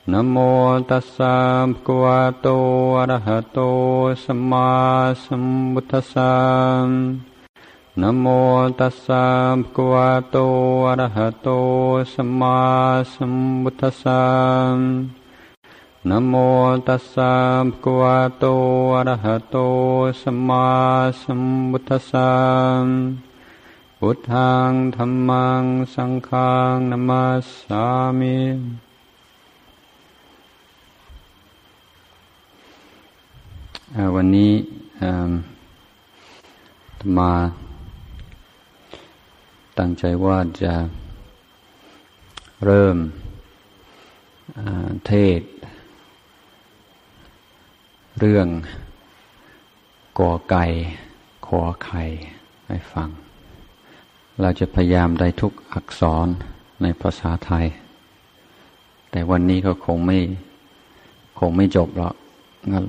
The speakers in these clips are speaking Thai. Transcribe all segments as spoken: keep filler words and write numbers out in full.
นะโมตัสสะภะคะวะโตอะระหะโตสัมมาสัมพุทธัสสะนะโมตัสสะภะคะวะโตอะระหะโตสัมมาสัมพุทธัสสะนะโมตัสสะภะคะวะโตอะระหะโตสัมมาสัมพุทธัสสะพุทธังธัมมังสังฆังนะมัสสามิวันนี้มาตั้งใจว่าจะเริ่มเทศเรื่องกอไก่ขอไข่ให้ฟังเราจะพยายามได้ทุกอักษรในภาษาไทยแต่วันนี้ก็คงไม่คงไม่จบหรอกงั้น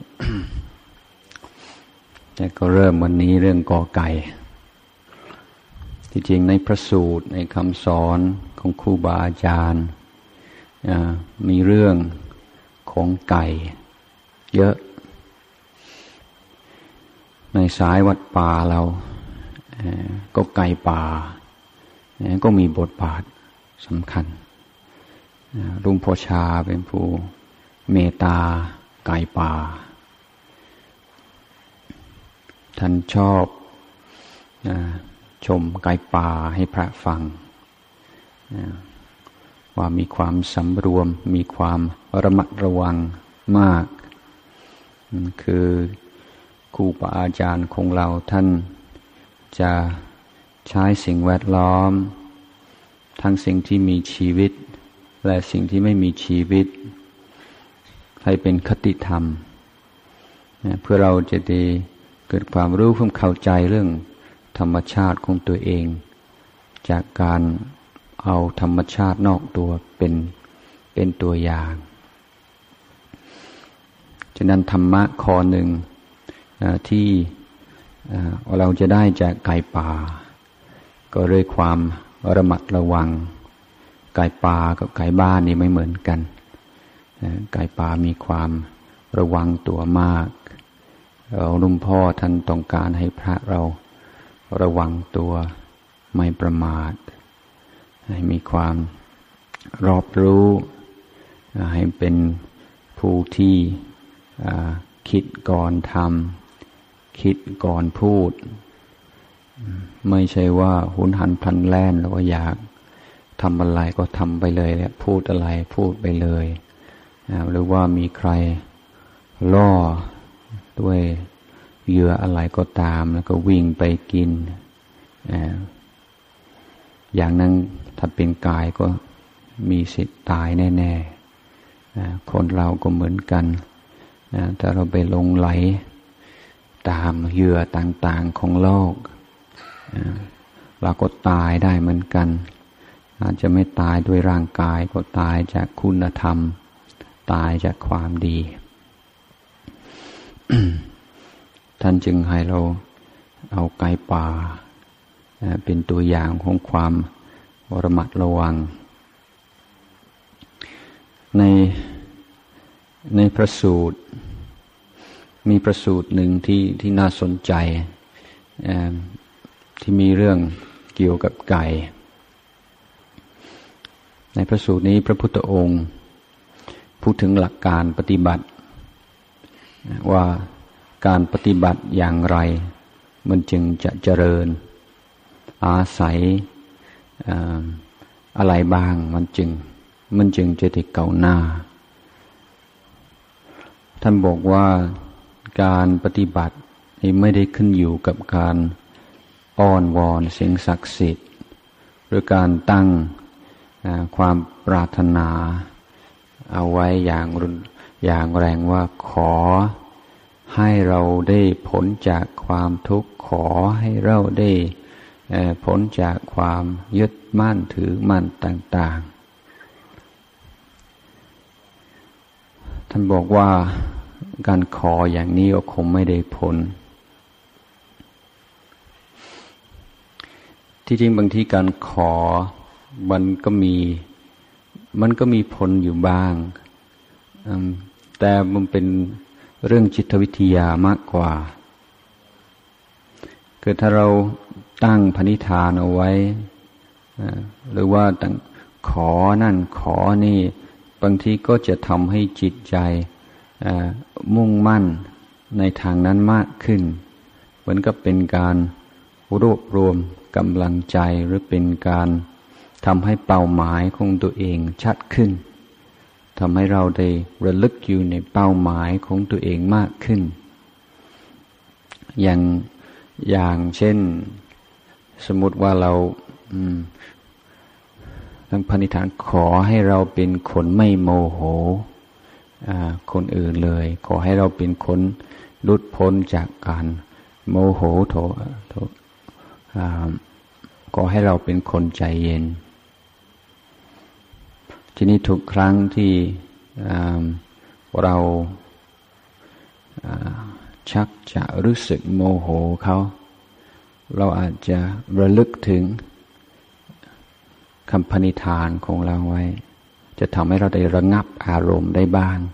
แต่ก็เริ่มวันนี้เรื่องกอไก่ที่จริงในพระสูตรในคำสอนของครูบาอาจารย์มีเรื่องของไก่เยอะในสายวัดป่าเราก็ไก่ป่าก็มีบทบาทสำคัญหลวงพ่อชาเป็นผู้เมตตาไก่ป่าท่านชอบชมไก่ป่าให้พระฟังว่ามีความสำรวมมีความระมัดระวังมากคือครูบาอาจารย์ของเราท่านจะใช้สิ่งแวดล้อมทั้งสิ่งที่มีชีวิตและสิ่งที่ไม่มีชีวิตให้เป็นคติธรรมเพื่อเราจะได้เกิดความรู้ความเข้าใจเรื่องธรรมชาติของตัวเองจากการเอาธรรมชาตินอกตัวเป็นเป็นตัวอย่างฉะนั้นธรรมะข้อหนึ่งที่เราจะได้จากไก่ป่าก็ด้วยความระมัดระวังไก่ป่ากับไก่บ้านนี่ไม่เหมือนกันไก่ป่ามีความระวังตัวมากเราหลวงพ่อท่านต้องการให้พระเราระวังตัวไม่ประมาทให้มีความรอบรู้ให้เป็นผู้ที่คิดก่อนทำคิดก่อนพูดไม่ใช่ว่าหุนหันพลันแล่นแล้วก็อยากทำอะไรก็ทำไปเลยแล้วพูดอะไรพูดไปเลยหรือว่ามีใครล่อด้วยเหยื่ออะไรก็ตามแล้วก็วิ่งไปกินอย่างนั้นถ้าเป็นกายก็มีสิทธิ์ตายแน่ๆคนเราก็เหมือนกันถ้าเราไปหลงไหลตามเหยื่อต่างๆของโลกเราก็ตายได้เหมือนกันอาจจะไม่ตายด้วยร่างกายก็ตายจากคุณธรรมตายจากความดี ท่านจึงให้เราเอาไก่ป่าเป็นตัวอย่างของความระมัดระวังในในพระสูตรมีพระสูตรหนึ่งที่ที่น่าสนใจที่มีเรื่องเกี่ยวกับไก่ในพระสูตรนี้พระพุทธองค์พูดถึงหลักการปฏิบัติว่าการปฏิบัติอย่างไรมันจึงจะเจริญอาศัยอะไรบ้างมันจึงมันจึงจะได้ก้าวหน้าท่านบอกว่าการปฏิบัติไม่ได้ขึ้นอยู่กับการอ้อนวอนสิ่งศักดิ์สิทธิ์หรือการตั้งความปรารถนาเอาไว้อย่างอย่างแรงว่าขอให้เราได้พ้นจากความทุกข์ขอให้เราได้พ้นจากความยึดมั่นถือมั่นต่างๆท่านบอกว่าการขออย่างนี้ก็คงไม่ได้ผลที่จริงบางทีการขอมันก็มีมันก็มีผลอยู่บ้างแต่มันเป็นเรื่องจิตวิทยามากกว่าคือถ้าเราตั้งพนิธานเอาไว้หรือว่าตั้งขอนั่นขอนี่บางทีก็จะทำให้จิตใจมุ่งมั่นในทางนั้นมากขึ้นเหมือนกับเป็นการรวบรวมกำลังใจหรือเป็นการทำให้เป้าหมายของตัวเองชัดขึ้นทำให้เราได้ระลึกอยู่ในเป้าหมายของตัวเองมากขึ้นอย่างอย่างเช่นสมมติว่าเราตั้งพนิธานขอให้เราเป็นคนไม่โมโหคนอื่นเลยขอให้เราเป็นคนหลุดพ้นจากการโมโหโทโทขอให้เราเป็นคนใจเย็นทีนี้ทุกครั้งที่เราชักจะรู้สึกโมโหเขาเราอาจจะระลึกถึงคำพนิธานของเราไว้จะทำให้เราได้ระงับอารมณ์ได้บ้าง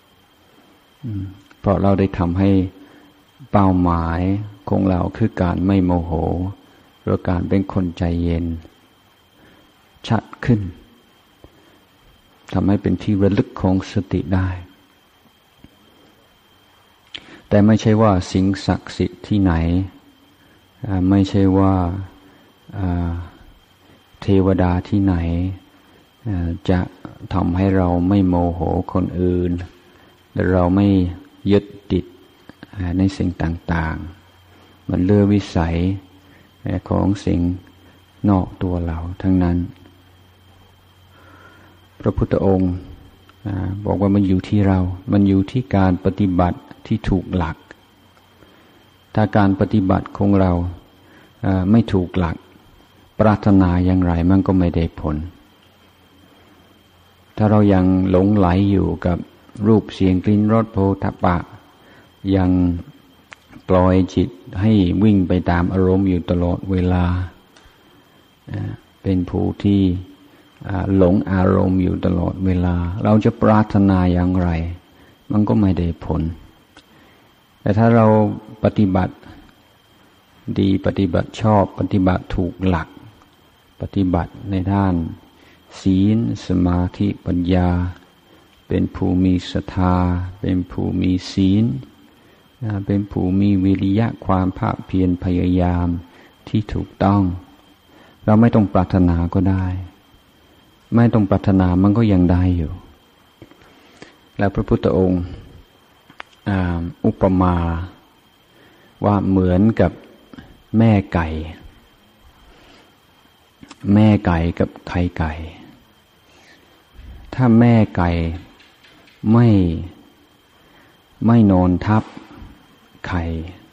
เพราะเราได้ทำให้เป้าหมายของเราคือการไม่โมโหหรือการเป็นคนใจเย็นชัดขึ้นทำให้เป็นที่ระลึกของสติได้แต่ไม่ใช่ว่าสิ่งศักดิ์สิทธิ์ที่ไหนไม่ใช่ว่าเทวดาที่ไหนจะทำให้เราไม่โมโหคนอื่นและเราไม่ยึดติดในสิ่งต่างๆมันเลื่อวิสัยของสิ่งนอกตัวเราทั้งนั้นพระพุทธองค์บอกว่ามันอยู่ที่เรามันอยู่ที่การปฏิบัติที่ถูกหลักถ้าการปฏิบัติของเราไม่ถูกหลักปรารถนาอย่างไรมันก็ไม่ได้ผลถ้าเรายังหลงไหลอยู่กับรูปเสียงกลิ่นรสโผฏฐัพพะยังปล่อยจิตให้วิ่งไปตามอารมณ์อยู่ตลอดเวลาเป็นผู้ที่หลงอารมณ์อยู่ตลอดเวลาเราจะปรารถนาอย่างไรมันก็ไม่ได้ผลแต่ถ้าเราปฏิบัติดีปฏิบัติชอบปฏิบัติถูกหลักปฏิบัติในด้านศีลสมาธิปัญญาเป็นผู้มีศรัทธาเป็นผู้มีศีลเป็นผู้มีวิริยะความภาคเพียรพยายามที่ถูกต้องเราไม่ต้องปรารถนาก็ได้ไม่ต้องปรารถนามันก็ยังได้อยู่แล้วพระพุทธองค์อุปมาว่าเหมือนกับแม่ไก่แม่ไก่กับไข่ไก่ถ้าแม่ไก่ไม่ไม่นอนทับไข่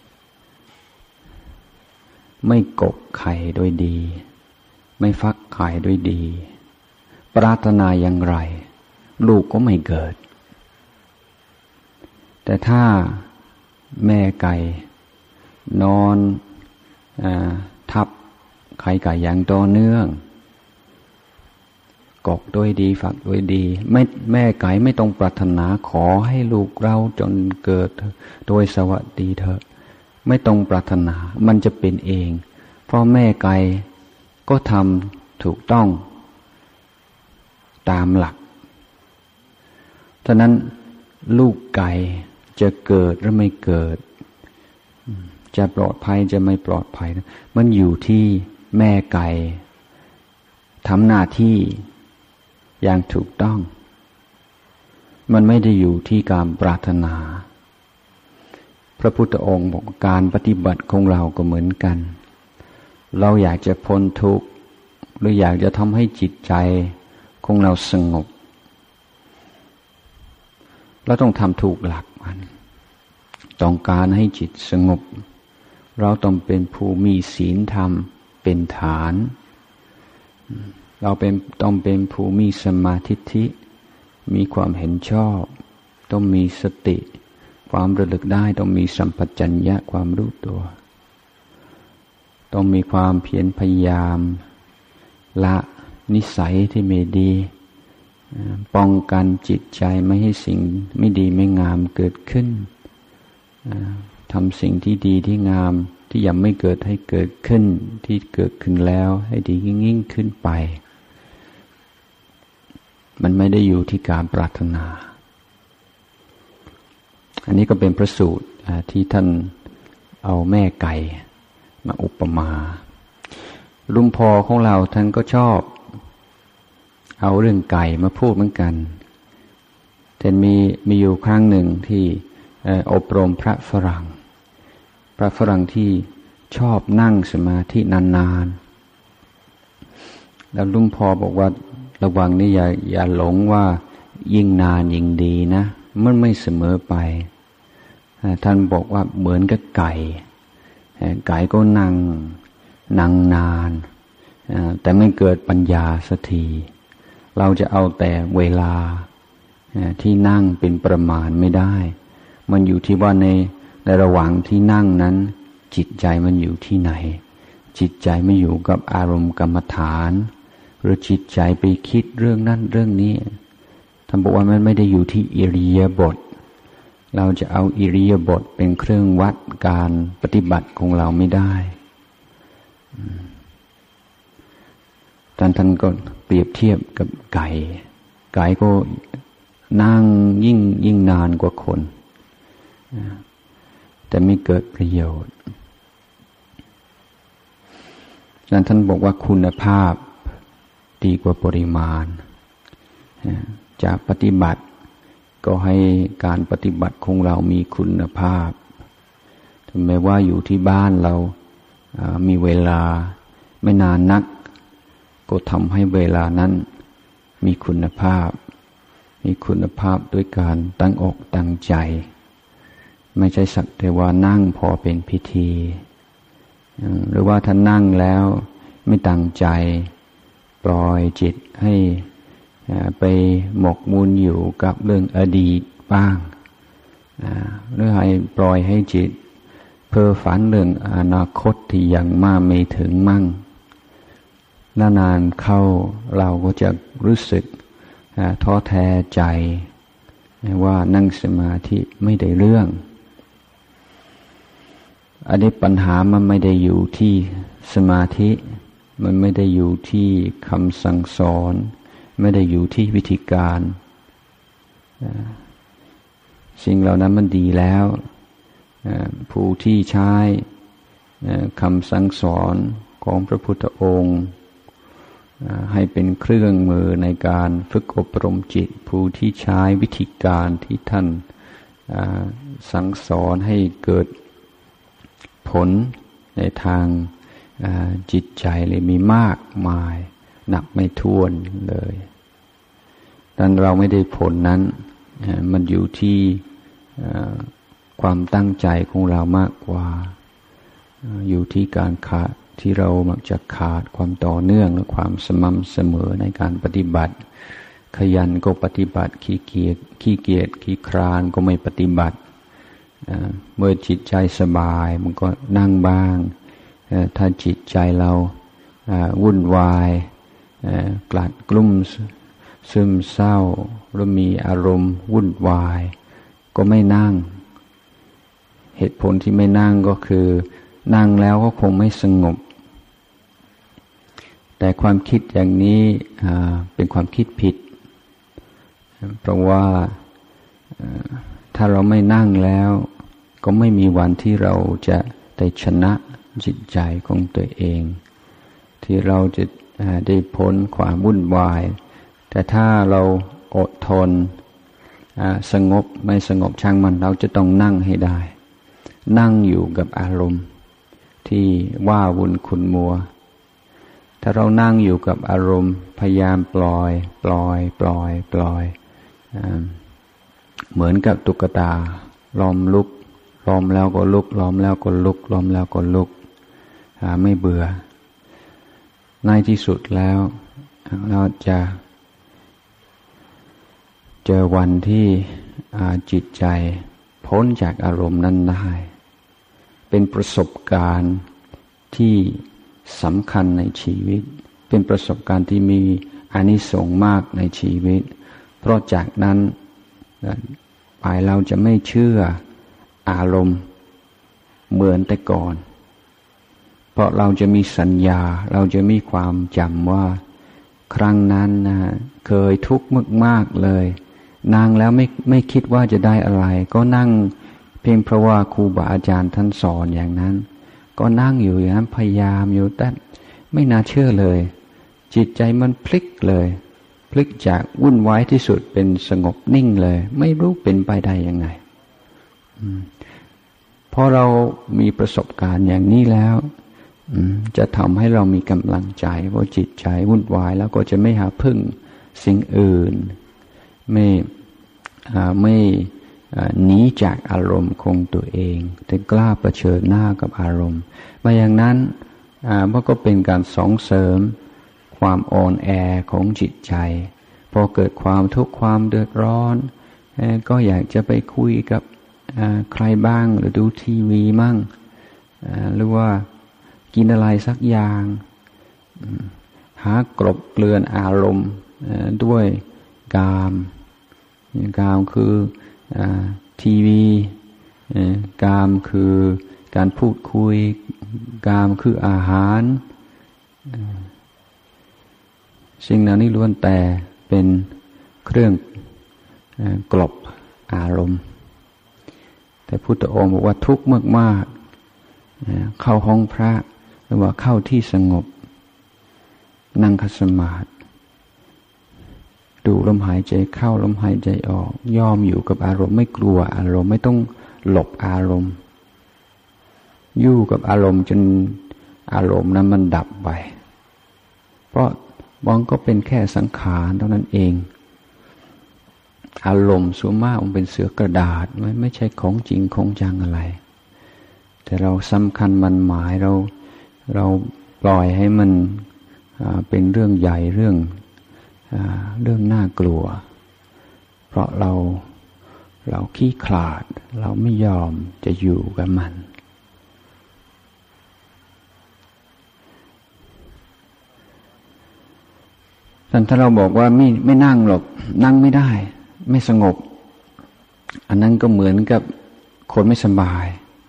ไม่กกไข่โดยดีไม่ฟักไข่โดยดีปรารถนาอย่างไรลูกก็ไม่เกิดแต่ถ้าแม่ไก่นอนทับไข่ไก่อย่างต่อเนื่องกกด้วยดีฝักด้วยดีไม่แม่ไก่ไม่ต้องปรารถนาขอให้ลูกเราจนเกิดโดยสวัสดีเถอะไม่ต้องปรารถนามันจะเป็นเองเพราะแม่ไก่ก็ทำถูกต้องตามหลักฉะนั้นลูกไก่จะเกิดหรือไม่เกิดจะปลอดภัยจะไม่ปลอดภัยมันอยู่ที่แม่ไก่ทำหน้าที่อย่างถูกต้องมันไม่ได้อยู่ที่การปรารถนาพระพุทธองค์บอกการปฏิบัติของเราก็เหมือนกันเราอยากจะพ้นทุกข์หรืออยากจะทำให้จิตใจของเราสงบเราต้องทำถูกหลักมันต้องการให้จิตสงบเราต้องเป็นผู้มีศีลธรรมเป็นฐานเราเป็นต้องเป็นผู้มีสมาธิิมีความเห็นชอบต้องมีสติความระลึกได้ต้องมีสัมปชัญญะความรู้ตัวต้องมีความเพียรพยายามละนิสัยที่ไม่ดีป้องกันจิตใจไม่ให้สิ่งไม่ดีไม่งามเกิดขึ้นทำสิ่งที่ดีที่งามที่ยังไม่เกิดให้เกิดขึ้นที่เกิดขึ้นแล้วให้ดียิ่งขึ้นไปมันไม่ได้อยู่ที่การปรารถนาอันนี้ก็เป็นพระสูตรที่ท่านเอาแม่ไก่มาอุปมาลุงพ่อของเราท่านก็ชอบเอาเรื่องไก่มาพูดเหมือนกันแต่มีมีอยู่ครั้งหนึ่งที่อบรมพระฝรั่งพระฝรั่งที่ชอบนั่งสมาธินานๆแล้วลุงพ่อบอกว่าระวังนี่อย่าอย่าหลงว่ายิ่งนานยิ่งดีนะมันไม่เสมอไปท่านบอกว่าเหมือนกับไก่ไก่ก็นั่งนั่งนานแต่ไม่เกิดปัญญาสักทีเราจะเอาแต่เวลาที่นั่งเป็นประมาณไม่ได้มันอยู่ที่ว่าในในระหว่างที่นั่งนั้นจิตใจมันอยู่ที่ไหนจิตใจไม่อยู่กับอารมณ์กรรมฐานหรือจิตใจไปคิดเรื่องนั้นเรื่องนี้ท่านบอกว่ามันไม่ได้อยู่ที่อิริยาบถเราจะเอาอิริยาบถเป็นเครื่องวัดการปฏิบัติของเราไม่ได้ท่านท่านก็เปรียบเทียบกับไก่ไก่ก็นั่งยิ่งยิ่งนานกว่าคนแต่ไม่เกิดประโยชน์ฉะนั้นท่านบอกว่าคุณภาพดีกว่าปริมาณจะปฏิบัติก็ให้การปฏิบัติของเรามีคุณภาพถึงแม้ว่าอยู่ที่บ้านเรามีเวลาไม่นานนักก็ทำให้เวลานั้นมีคุณภาพมีคุณภาพด้วยการตั้งอกตั้งใจไม่ใช่สักแต่ว่านั่งพอเป็นพิธีหรือว่าถ้านั่งแล้วไม่ตั้งใจปล่อยจิตให้ไปหมกมุ่นอยู่กับเรื่องอดีตบ้างหรือให้ปล่อยให้จิตเพ้อฝันเรื่องอนาคตที่ยังมาไม่ถึงมั่งนานๆเข้าเราก็จะรู้สึกท้อแท้ใจว่านั่งสมาธิไม่ได้เรื่องอันนี้ปัญหามันไม่ได้อยู่ที่สมาธิมันไม่ได้อยู่ที่คำสั่งสอนไม่ได้อยู่ที่วิธีการสิ่งเหล่านั้นมันดีแล้วผู้ที่ใช้คำสั่งสอนของพระพุทธองค์ให้เป็นเครื่องมือในการฝึกอบรมจิตผู้ที่ใช้วิธีการที่ท่านสั่งสอนให้เกิดผลในทางจิตใจเลยมีมากมายนับไม่ถ้วนเลยดังนั้นเราไม่ได้ผลนั้นมันอยู่ที่ความตั้งใจของเรามากกว่าอยู่ที่การขาดที่เรามักจะขาดความต่อเนื่องและความสม่ำเสมอในการปฏิบัติขยันก็ปฏิบัติขี้เกียจขี้เกียจขี้คร้านก็ไม่ปฏิบัติเมื่อจิตใจสบายมันก็นั่งบ้างถ้าจิตใจเราวุ่นวายกลัดกลุ้มซึมเศร้าหรือมีอารมณ์วุ่นวายก็ไม่นั่งเหตุผลที่ไม่นั่งก็คือนั่งแล้วก็คงไม่สงบแต่ความคิดอย่างนี้เป็นความคิดผิดเพราะว่าถ้าเราไม่นั่งแล้วก็ไม่มีวันที่เราจะได้ชนะจิตใจของตัวเองที่เราจะได้พ้นความวุ่นวายแต่ถ้าเราอดทนสงบไม่สงบช่างมันเราจะต้องนั่งให้ได้นั่งอยู่กับอารมณ์ที่ว่าวุ่นขุ่นมัวถ้าเรานั่งอยู่กับอารมณ์พยายามปล่อยปล่อยปล่อยปล่อยเหมือนกับตุ๊กตาล้อมลุกล้อมแล้วก็ลุกล้อมแล้วก็ลุกล้อมแล้วก็ลุกไม่เบื่อในที่สุดแล้วเราจะเจอวันที่จิตใจพ้นจากอารมณ์นั้นได้เป็นประสบการณ์ที่สำคัญในชีวิตเป็นประสบการณ์ที่มีอานิสงส์มากในชีวิตเพราะจากนั้นไปเราจะไม่เชื่ออารมณ์เหมือนแต่ก่อนเพราะเราจะมีสัญญาเราจะมีความจำว่าครั้งนั้นนะเคยทุกข์มากๆเลยนั่งแล้วไม่ไม่คิดว่าจะได้อะไรก็นั่งเพียงเพราะว่าครูบาอาจารย์ท่านสอนอย่างนั้นก็นั่งอยู่อย่างนั้นพยายามอยู่แต่ไม่น่าเชื่อเลยจิตใจมันพลิกเลยพลิกจากวุ่นวายที่สุดเป็นสงบนิ่งเลยไม่รู้เป็นไปได้ยังไงพอเรามีประสบการณ์อย่างนี้แล้วจะทำให้เรามีกำลังใจเพราะจิตใจวุ่นวายแล้วก็จะไม่หาพึ่งสิ่งอื่นไม่ไม่หนีจากอารมณ์คงตัวเองแต่กล้าเผชิญหน้ากับอารมณ์มาอย่างนั้นมันก็เป็นการส่งเสริมความอ่อนแอของจิตใจพอเกิดความทุกข์ความเดือดร้อนก็อยากจะไปคุยกับใครบ้างหรือดูทีวีมั่งหรือว่ากินอะไรสักอย่างหากลบเกลื่อนอารมณ์ด้วยกามกามคือทีวีกามคือการพูดคุยกามคืออาหารสิ่งเหล่านี้ล้วนแต่เป็นเครื่องกลบอารมณ์แต่พุทธองค์บอกว่าทุกข์มากๆเข้าห้องพระหรือว่าเข้าที่สงบนั่งคัสมาธิดูลมหายใจเข้าลมหายใจออกยอมอยู่กับอารมณ์ไม่กลัวอารมณ์ไม่ต้องหลบอารมณ์อยู่กับอารมณ์จนอารมณ์นั้นมันดับไปเพราะมองก็เป็นแค่สังขารเท่านั้นเองอารมณ์ส่วนมากมันเป็นเสือกระดาษไม่ไม่ใช่ของจริงของจังอะไรแต่เราสำคัญมันหมายเราเราปล่อยให้มันเป็นเรื่องใหญ่เรื่องเรื่องน่ากลัวเพราะเราเราขี้ขลาดเราไม่ยอมจะอยู่กับมันแต่ถ้าเราบอกว่าไม่ไม่นั่งหรอกนั่งไม่ได้ไม่สงบอันนั้นก็เหมือนกับคนไม่สบาย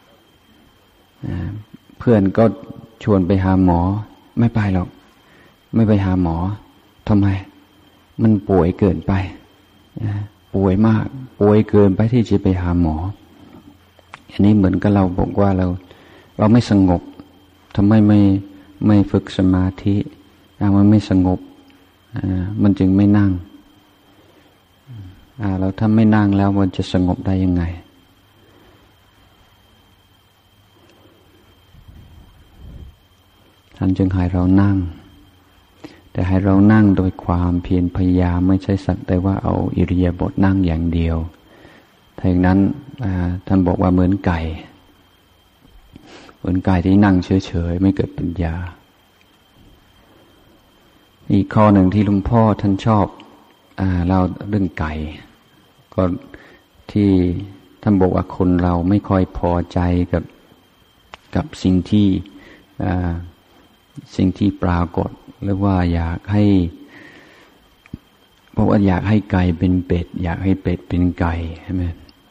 เพื่อนก็ชวนไปหาหมอไม่ไปหรอกไม่ไปหาหมอทำไมมันป่วยเกินไปป่วยมากป่วยเกินไปที่จะไปหาหมออันนี้เหมือนกับเราบอกว่าเราเราไม่สงบทำไมไม่ไม่ฝึกสมาธิมันไม่สงบมันจึงไม่นั่งเราถ้าไม่นั่งแล้วมันจะสงบได้ยังไงท่านจึงให้เรานั่งแต่ให้เรานั่งโดยความเพียรพยายามไม่ใช่สักแต่ว่าเอาอิริยาบถนั่งอย่างเดียวถ้าอย่างนั้นท่านบอกว่าเหมือนไก่เหมือนไก่ที่นั่งเฉยๆไม่เกิดปัญญาอีกข้อหนึ่งที่หลวงพ่อท่านชอบเล่าเรื่องไก่ก็ที่ท่านบอกว่าคนเราไม่ค่อยพอใจกับกับสิ่งที่สิ่งที่ปรากฏหรือว่าอยากให้เพราะว่าอยากให้ไก่เป็นเป็ดอยากให้เป็ดเป็นไก่ใช่ไหม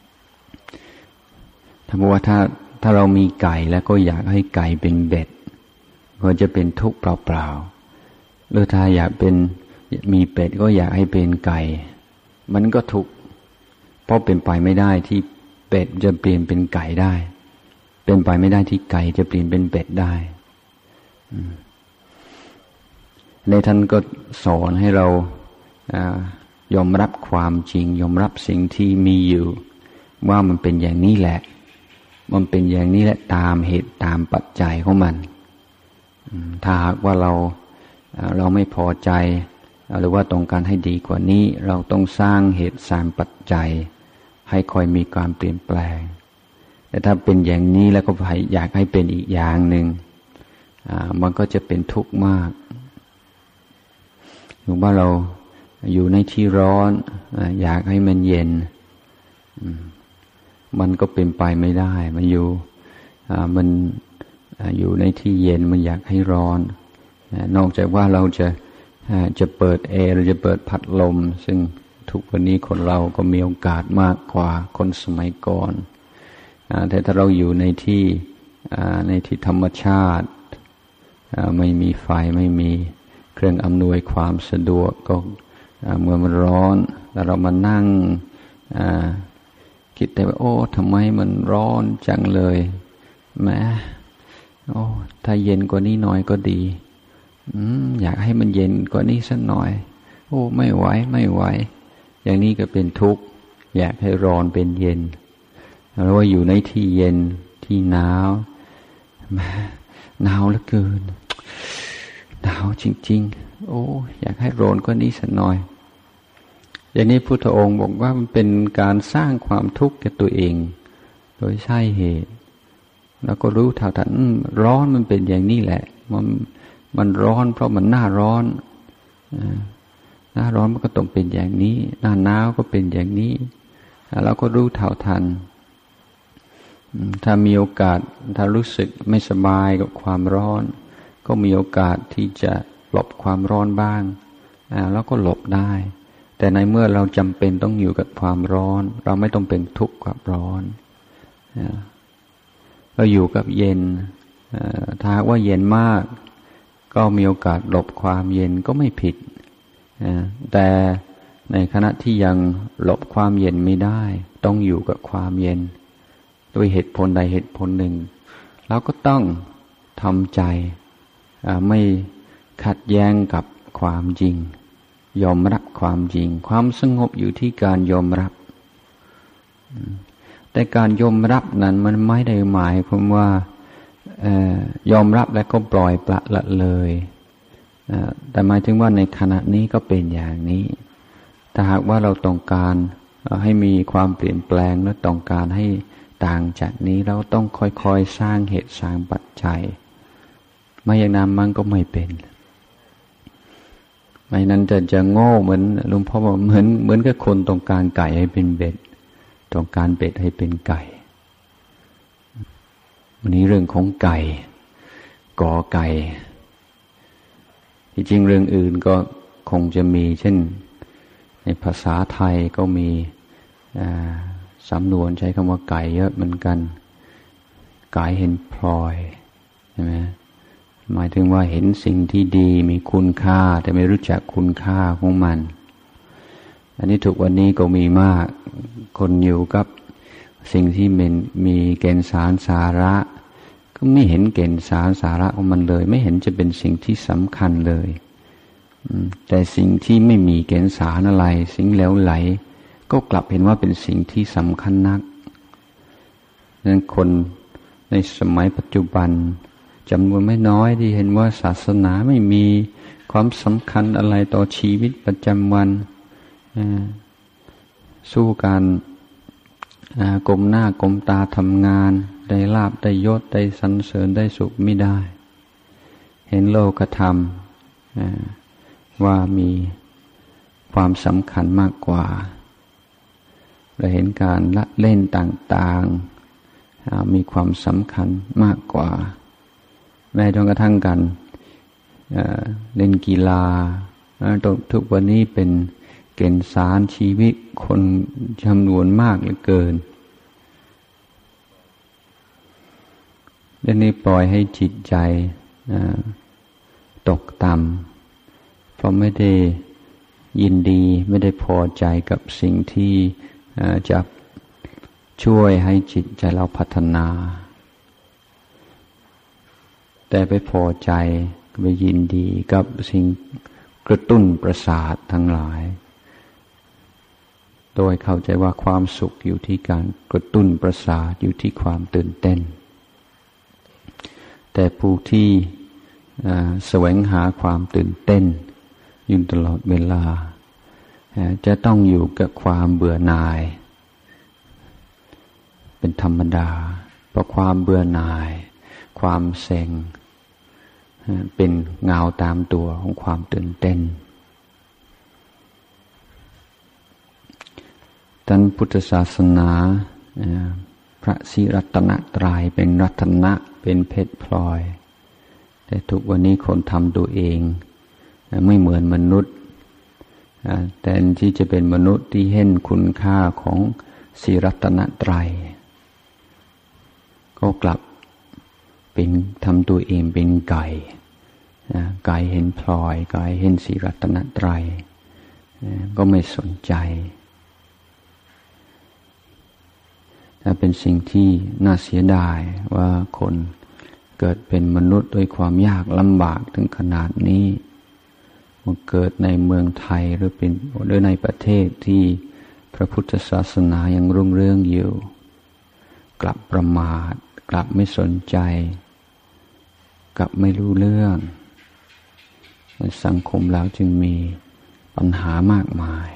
ถ้าบอกว่าถ้าถ้าเรามีไก่แล้วก็อยากให้ไก่เป็นเป็ดก็จะเป็นทุกข์เปล่าๆหรือถ้าอยากเป็นมีเป็ดก็อยากให้เป็นไก่มันก็ทุกข์เพราะเป็นไปไม่ได้ที่เป็ดจะเปลี่ยนเป็นไก่ได้เป็นไปไม่ได้ที่ไก่จะเปลี่ยนเป็นเป็ดได้ในท่านก็สอนให้เรายอมรับความจริงยอมรับสิ่งที่มีอยู่ว่ามันเป็นอย่างนี้แหละมันเป็นอย่างนี้แหละตามเหตุตามปัจจัยของมันถ้าหากว่าเราเราไม่พอใจหรือว่าต้องการให้ดีกว่านี้เราต้องสร้างเหตุสร้างปัจจัยให้คอยมีการเปลี่ยนแปลงแต่ถ้าเป็นอย่างนี้แล้วก็อยากให้เป็นอีกอย่างหนึ่งมันก็จะเป็นทุกข์มากหรือว่าเราอยู่ในที่ร้อนอยากให้มันเย็นมันก็เป็นไปไม่ได้มันอยู่มันอยู่ในที่เย็นมันอยากให้ร้อนนอกจากว่าเราจะจะเปิดแอร์เราจะเปิดพัดลมซึ่งทุกวันนี้คนเราก็มีโอกาสมากกว่าคนสมัยก่อนแต่ถ้าเราอยู่ในที่ในที่ธรรมชาติไม่มีไฟไม่มีเครื่องอำนวยความสะดวกก็เมื่อมันร้อนแล้วเรามานั่งคิดแต่ว่าโอ้ทำไมมันร้อนจังเลยแม้โอ้ถ้าเย็นกว่านี้หน่อยก็ดีอืมอยากให้มันเย็นกว่านี้สักหน่อยโอ้ไม่ไหวไม่ไหวอย่างนี้ก็เป็นทุกข์อยากให้ร้อนเป็นเย็นหรือว่าอยู่ในที่เย็นที่หนาวหนาวเหลือเกินหนาวจริงๆโอ้อยากให้ร้อนกว่านี้สักหน่อยอย่างนี้พุทธองค์บอกว่ามันเป็นการสร้างความทุกข์แก่ตัวเองโดยใช่เหตุแล้วก็รู้เท่าทันร้อนมันเป็นอย่างนี้แหละมันมันร้อนเพราะมันหน้าร้อนหน้าร้อนมันก็ต้องเป็นอย่างนี้หน้าหนาวก็เป็นอย่างนี้เราก็รู้เท่าทันถ้ามีโอกาสถ้ารู้สึกไม่สบายกับความร้อนก็มีโอกาสที่จะหลบความร้อนบ้างแล้วก็หลบได้แต่ในเมื่อเราจำเป็นต้องอยู่กับความร้อนเราไม่ต้องเป็นทุกข์กับร้อนเราอยู่กับเย็นถ้าว่าเย็นมากก็มีโอกาสหลบความเย็นก็ไม่ผิดแต่ในขณะที่ยังหลบความเย็นไม่ได้ต้องอยู่กับความเย็นด้วยเหตุผลใดเหตุผลหนึ่งเราก็ต้องทำใจไม่ขัดแย้งกับความจริงยอมรับความจริงความสงบอยู่ที่การยอมรับแต่การยอมรับนั้นมันไม่ได้หมายความว่ายอมรับแล้วก็ปล่อยปละละเลยแต่หมายถึงว่าในขณะนี้ก็เป็นอย่างนี้ถ้าหากว่าเราต้องการให้มีความเปลี่ยนแปลงและต้องการให้ต่างจากนี้เราต้องค่อยๆสร้างเหตุสร้างปัจจัยไม่อย่างนั้นมันก็ไม่เป็นไม่นั้นจะจะโง่เหมือนหลวงพ่อบอกเหมือนเหมือนกับคนต้องการไก่ให้เป็นเบ็ดต้องการเบ็ดให้เป็นไก่วันนี้เรื่องของไก่กอไก่ที่จริงเรื่องอื่นก็คงจะมีเช่นในภาษาไทยก็มีสำนวนใช้คำว่าไก่เยอะเหมือนกันไก่เห็นพลอยใช่ไหมหมายถึงว่าเห็นสิ่งที่ดีมีคุณค่าแต่ไม่รู้จักคุณค่าของมันอันนี้ทุกวันนี้ก็มีมากคนอยู่กับสิ่งที่มันมีแก่นสารสาระก็ไม่เห็นแก่นสารสาระของมันเลยไม่เห็นจะเป็นสิ่งที่สำคัญเลยแต่สิ่งที่ไม่มีแก่นสารอะไรสิ่งเหลวไหลก็กลับเห็นว่าเป็นสิ่งที่สำคัญนักนั้นคนในสมัยปัจจุบันจำนวนไม่น้อยที่เห็นว่าศาสนาไม่มีความสำคัญอะไรต่อชีวิตประจำวันสู้การกลมหน้ากลมตาทำงานได้ลาภได้ยศได้สรรเสริญได้สุขไม่ได้เห็นโลกธรรมว่ามีความสำคัญมากกว่าเราเห็นการละเล่นต่างๆมีความสำคัญมากกว่าแม้จนกระทั่งกันเล่นกีฬาทุกวันนี้เป็นเกณฑ์สารชีวิตคนจำนวนมากเหลือเกินเรื่องนี้ปล่อยให้จิตใจตกต่ำเพราะไม่ได้ยินดีไม่ได้พอใจกับสิ่งที่จะช่วยให้จิตใจเราพัฒนาแต่ไปพอใจไปยินดีกับสิ่งกระตุ้นประสาททั้งหลายโดยเข้าใจว่าความสุขอยู่ที่การกระตุ้นประสาทอยู่ที่ความตื่นเต้นแต่ผู้ที่แสวงหาความตื่นเต้นอยู่ตลอดเวลาจะต้องอยู่กับความเบื่อหน่ายเป็นธรรมดาเพราะความเบื่อหน่ายความเซ็งเป็นเงาตามตัวของความตื่นเต้นท่านพุทธศาสนาพระศรีรัตนตรัยเป็นรัตนะเป็นเพชรพลอยแต่ทุกวันนี้คนทำตัวเองไม่เหมือนมนุษย์แทนที่จะเป็นมนุษย์ที่เห็นคุณค่าของศีรัตนตรัยก็กลับเป็นทำตัวเองเป็นไก่ไก่เห็นพลอยไก่เห็นศีรัตนตรัยก็ไม่สนใจเป็นสิ่งที่น่าเสียดายว่าคนเกิดเป็นมนุษย์ด้วยความยากลำบากถึงขนาดนี้มาเกิดในเมืองไทยหรือเป็นหรือในประเทศที่พระพุทธศาสนายังรุ่งเรืองอยู่กลับประมาทกลับไม่สนใจกลับไม่รู้เรื่องสังคมแล้วจึงมีปัญหามากมาย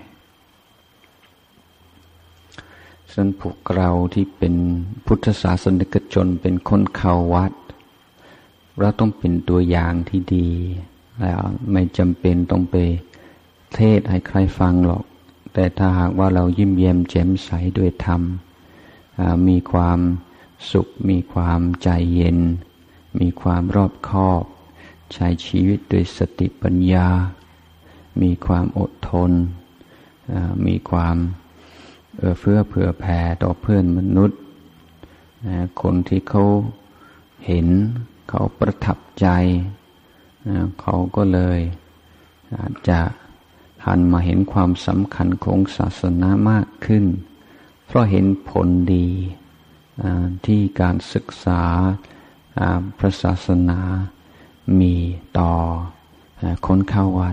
ส่วนพวกเราที่เป็นพุทธศาสนิกชนเป็นคนเข้าวัดเราต้องเป็นตัวอย่างที่ดีแล้วไม่จำเป็นต้องไปเทศให้ใครฟังหรอกแต่ถ้าหากว่าเรายิ้มแย้มแจ่มใสด้วยธรรมมีความสุขมีความใจเย็นมีความรอบคอบใช้ชีวิตด้วยสติปัญญามีความอดทนมีความเอื้อเฟื้อเผื่อแผ่ต่อเพื่อนมนุษย์คนที่เขาเห็นเขาประทับใจเขาก็เลยอาจจะหันมาเห็นความสำคัญของศาสนามากขึ้นเพราะเห็นผลดีที่การศึกษาพระศาสนามีต่อคนเข้าวัด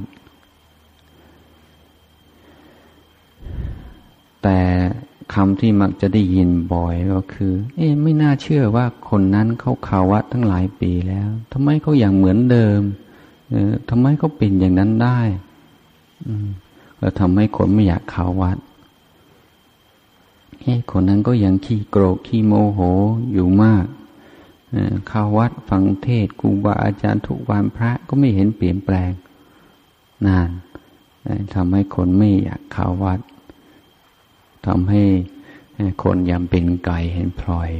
แต่คำที่มักจะได้ยินบ่อยก็คือเอ๊ะไม่น่าเชื่อว่าคนนั้นเขาเข้าวัดตั้งหลายปีแล้วทำไมเขาอย่างเหมือนเดิมเออทำไมเขาเป็นอย่างนั้นได้อืมแล้วทำให้คนไม่อยากเข้าวัดเอ๊ะคนนั้นก็ยังขี้โกรธขี้โมโหอยู่มากเออเข้าวัดฟังเทศน์ครูบาอาจารย์ทุกวันพระก็ไม่เห็นเปลี่ยนแปลงนานทำให้คนไม่อยากเข้าวัดทำให้คนยำเป็นไก่เห็นพลอย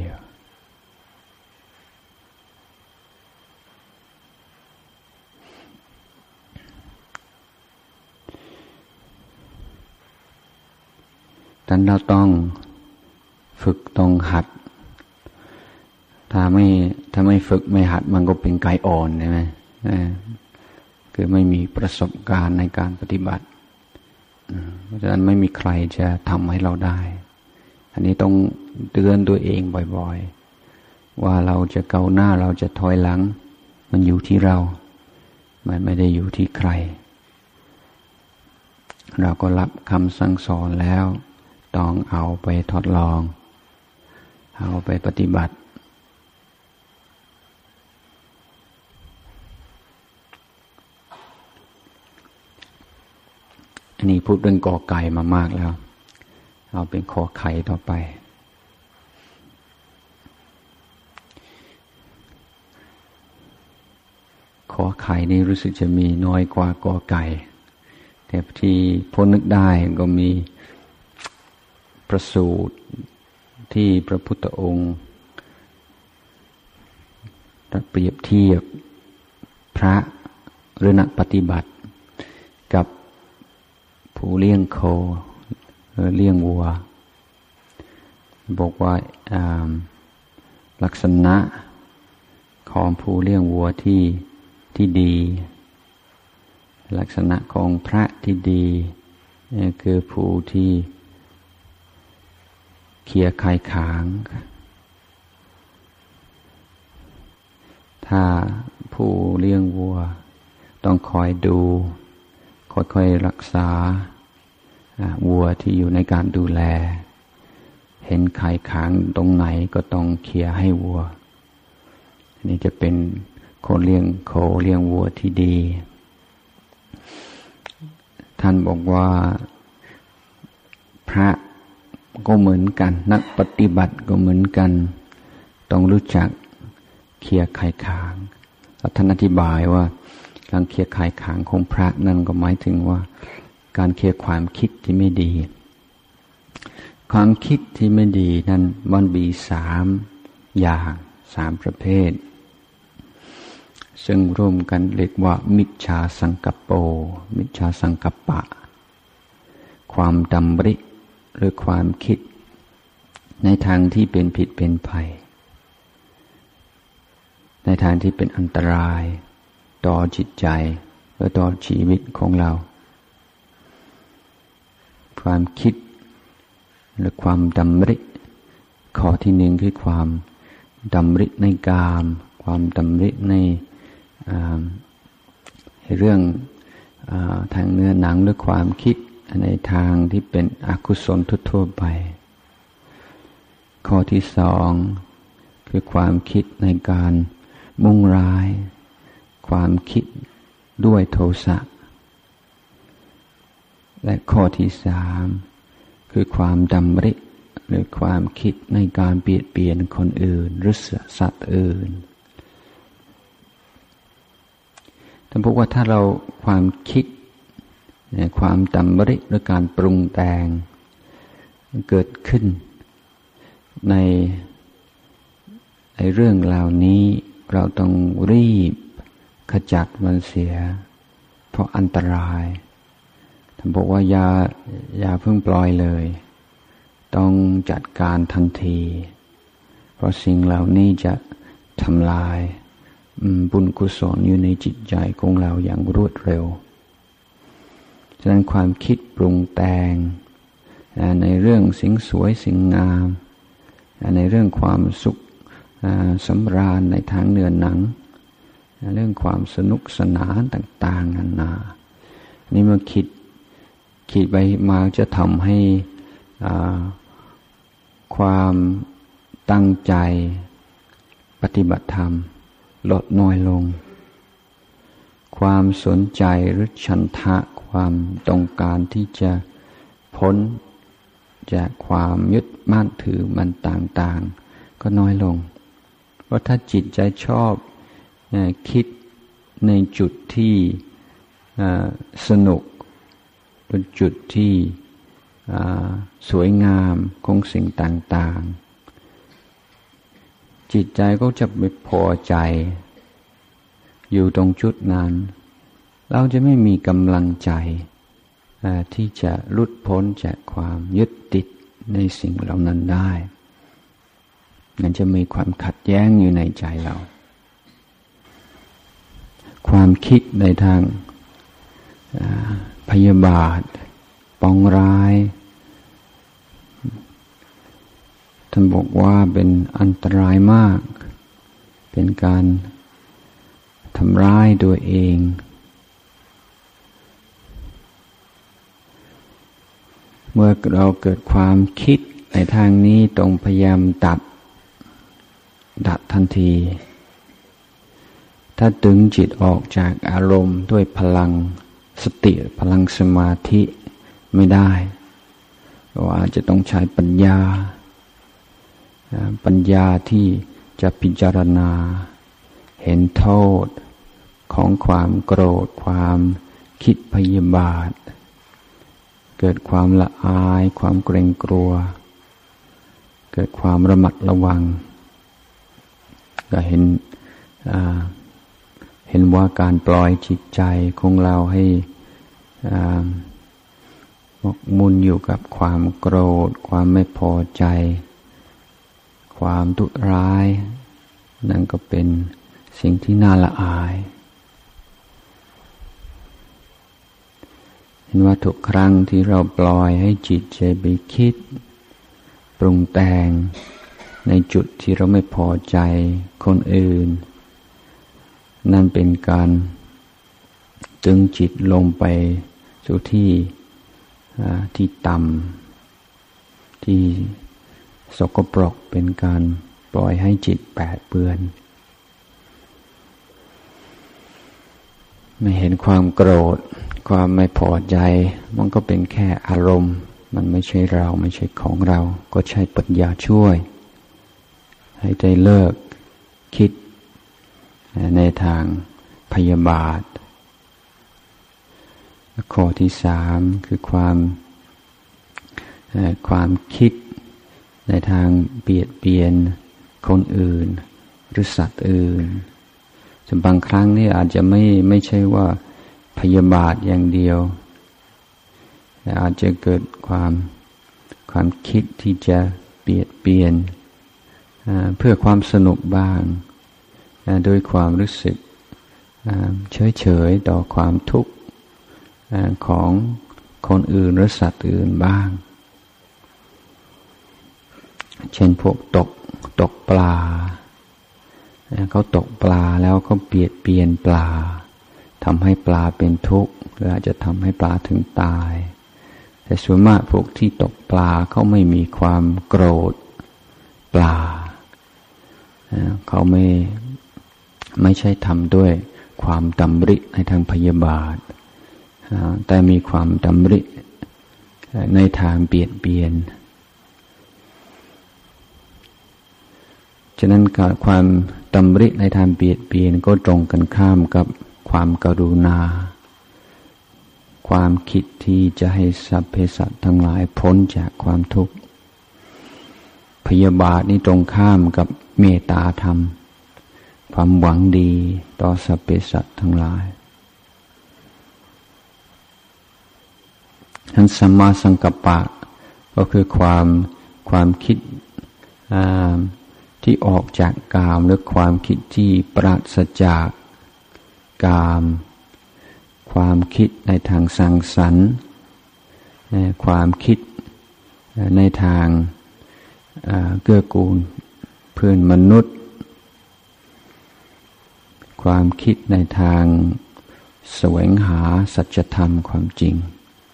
ดังนั้นเราต้องฝึกต้องหัดถ้าไม่ถ้าไม่ฝึกไม่หัดมันก็เป็นไก่อ่อนใช่ไหมคือไม่มีประสบการณ์ในการปฏิบัติเพราะฉะนั้นไม่มีใครจะทำให้เราได้อันนี้ต้องเตือนตัวเองบ่อยๆว่าเราจะก้าวหน้าเราจะถอยหลังมันอยู่ที่เรามันไม่ได้อยู่ที่ใครเราก็รับคำสั่งสอนแล้วต้องเอาไปทดลองเอาไปปฏิบัติอันนี้พูดเรื่องกอไก่มามากแล้วเอาเป็นขอไข่ต่อไปขอไข่นี่รู้สึกจะมีน้อยกว่ากอไก่แต่ที่พ้นนึกได้ก็มีประสูตรที่พระพุทธองค์เปรียบเทียบพระหรือนักปฏิบัติกับผู้เลี้ยงโคเลี้ยงวัวบอกว่าลักษณะของผู้เลี้ยงวัวที่ที่ดีลักษณะของพระที่ดีคือผู้ที่เขี่ยไข่ขางถ้าผู้เลี้ยงวัวต้องคอยดูค่อยๆรักษาวัวที่อยู่ในการดูแลเห็นไข่ขางตรงไหนก็ต้องเขี่ยให้วัวนี่จะเป็นคนเลี้ยงโคเลี้ยงวัวที่ดีท่านบอกว่าพระก็เหมือนกันนักปฏิบัติก็เหมือนกันต้องรู้จักเขี่ยไข่ขางแล้วท่านอธิบายว่าการเขี่ยไข่ขางของพระนั่นก็หมายถึงว่าการเขี่ยความคิดที่ไม่ดีความคิดที่ไม่ดีนั้นมันมีสามอย่างสามประเภทซึ่งร่วมกันเรียกว่ามิจฉาสังกัปโปมิจฉาสังกัปปะความดำริหรือความคิดในทางที่เป็นผิดเป็นภัยในทางที่เป็นอันตรายต่อจิตใจและต่อชีวิตของเราความคิดหรือความดำริข้อที่หนึ่งคือความดำริในกามความดำริในเรื่องทางเนื้อหนังหรือความคิดในทางที่เป็นอกุศลทั่วๆไปข้อที่สองคือความคิดในการมุ่งร้ายความคิดด้วยโทสะและข้อที่สามคือความดำริหรือความคิดในการเบียดเบียนคนอื่นหรือสัตว์อื่นท่านบอกว่าถ้าเราความคิดความดำริหรือการปรุงแต่งเกิดขึ้นในในเรื่องเหล่านี้เราต้องรีบขจัดมันเสียเพราะอันตรายท่านบอกว่าอย่าอย่าเพิ่งปล่อยเลยต้องจัดการทันทีเพราะสิ่งเหล่านี้จะทำลายบุญกุศลอยู่ในจิตใจของเราอย่างรวดเร็วฉะนั้นความคิดปรุงแต่งในเรื่องสิ่งสวยสิ่งงามในเรื่องความสุขสำราญในทางเนื้อหนังเรื่องความสนุกสนานต่างๆนานานี่เมื่อคิดคิดไปมาจะทำให้ความตั้งใจปฏิบัติธรรมลดน้อยลงความสนใจหรือฉันทะความต้องการที่จะพ้นจากความยึดมั่นถือมันต่างๆก็น้อยลงเพราะถ้าจิตใจชอบคิดในจุดที่สนุกเป็นจุดที่สวยงามของสิ่งต่างๆจิตใจก็จะไม่พอใจอยู่ตรงจุดนั้นเราจะไม่มีกำลังใจที่จะหลุดพ้นจากความยึดติดในสิ่งเหล่านั้นได้มันจะมีความขัดแย้งอยู่ในใจเราความคิดในทางพยาบาทปองร้ายท่านบอกว่าเป็นอันตรายมากเป็นการทำร้ายตัวเองเมื่อเราเกิดความคิดในทางนี้ต้องพยายามตัดดัดทันทีถ้าดึงจิตออกจากอารมณ์ด้วยพลังสติพลังสมาธิไม่ได้เราอาจจะต้องใช้ปัญญาปัญญาที่จะพิจารณาเห็นโทษของความโกรธความคิดพยาบาทเกิดความละอายความเกรงกลัวเกิดความระมัดระวังก็เห็นเห็นว่าการปล่อยจิตใจของเราให้หมกมุ่นอยู่กับความโกรธความไม่พอใจความทุร้ายนั่นก็เป็นสิ่งที่น่าละอายเห็นว่าทุกครั้งที่เราปล่อยให้จิตใจไปคิดปรุงแต่งในจุดที่เราไม่พอใจคนอื่นนั่นเป็นการดึงจิตลงไปสู่ที่ที่ต่ำที่สกปรกเป็นการปล่อยให้จิตแปดเปื้อนไม่เห็นความโกรธความไม่พอใจมันก็เป็นแค่อารมณ์มันไม่ใช่เราไม่ใช่ของเราก็ใช้ปัญญาช่วยให้ได้เลิกคิดในทางพยาบาทข้อที่สามคือความความคิดในทางเบียดเบียนคนอื่นหรือสัตว์อื่นจนบางครั้งนี่อาจจะไม่ไม่ใช่ว่าพยาบาทอย่างเดียวอาจจะเกิดความความคิดที่จะเปลี่ยนเปลี่ยนเพื่อความสนุกบ้างโดยความรู้สึกเฉยๆต่อความทุกข์ของคนอื่นหรือสัตว์อื่นบ้างเช่นพวกตกตกปลาเขาตกปลาแล้วเขาเปลี่ยนเปลี่ยนปลาทำให้ปลาเป็นทุกข์หรืออาจจะทำให้ปลาถึงตายแต่ส่วนมากพวกที่ตกปลาเขาไม่มีความโกรธปลาเขาไม่ไม่ใช่ทำด้วยความดำริในทางพยาบาทแต่มีความดำริในทางเบียดเบียนฉะนั้นความดำริในทางเบียดเบียนก็ตรงกันข้ามกับความกรุณาความคิดที่จะให้สรรพสัตว์ทั้งหลายพ้นจากความทุกข์พยาบาทนี่ตรงข้ามกับเมตตาธรรมความหวังดีต่อสรรพสัตว์ทั้งหลายทั้นสัมมาสังกัปปะก็คือความความคิดที่ออกจากกามหรือความคิดที่ปราศจากกามความคิดในทางสร้างสรรค์ความคิดในทางเกื้อกูลเพื่อนมนุษย์ความคิดในทางแสวงหาสัจธรรมความจริง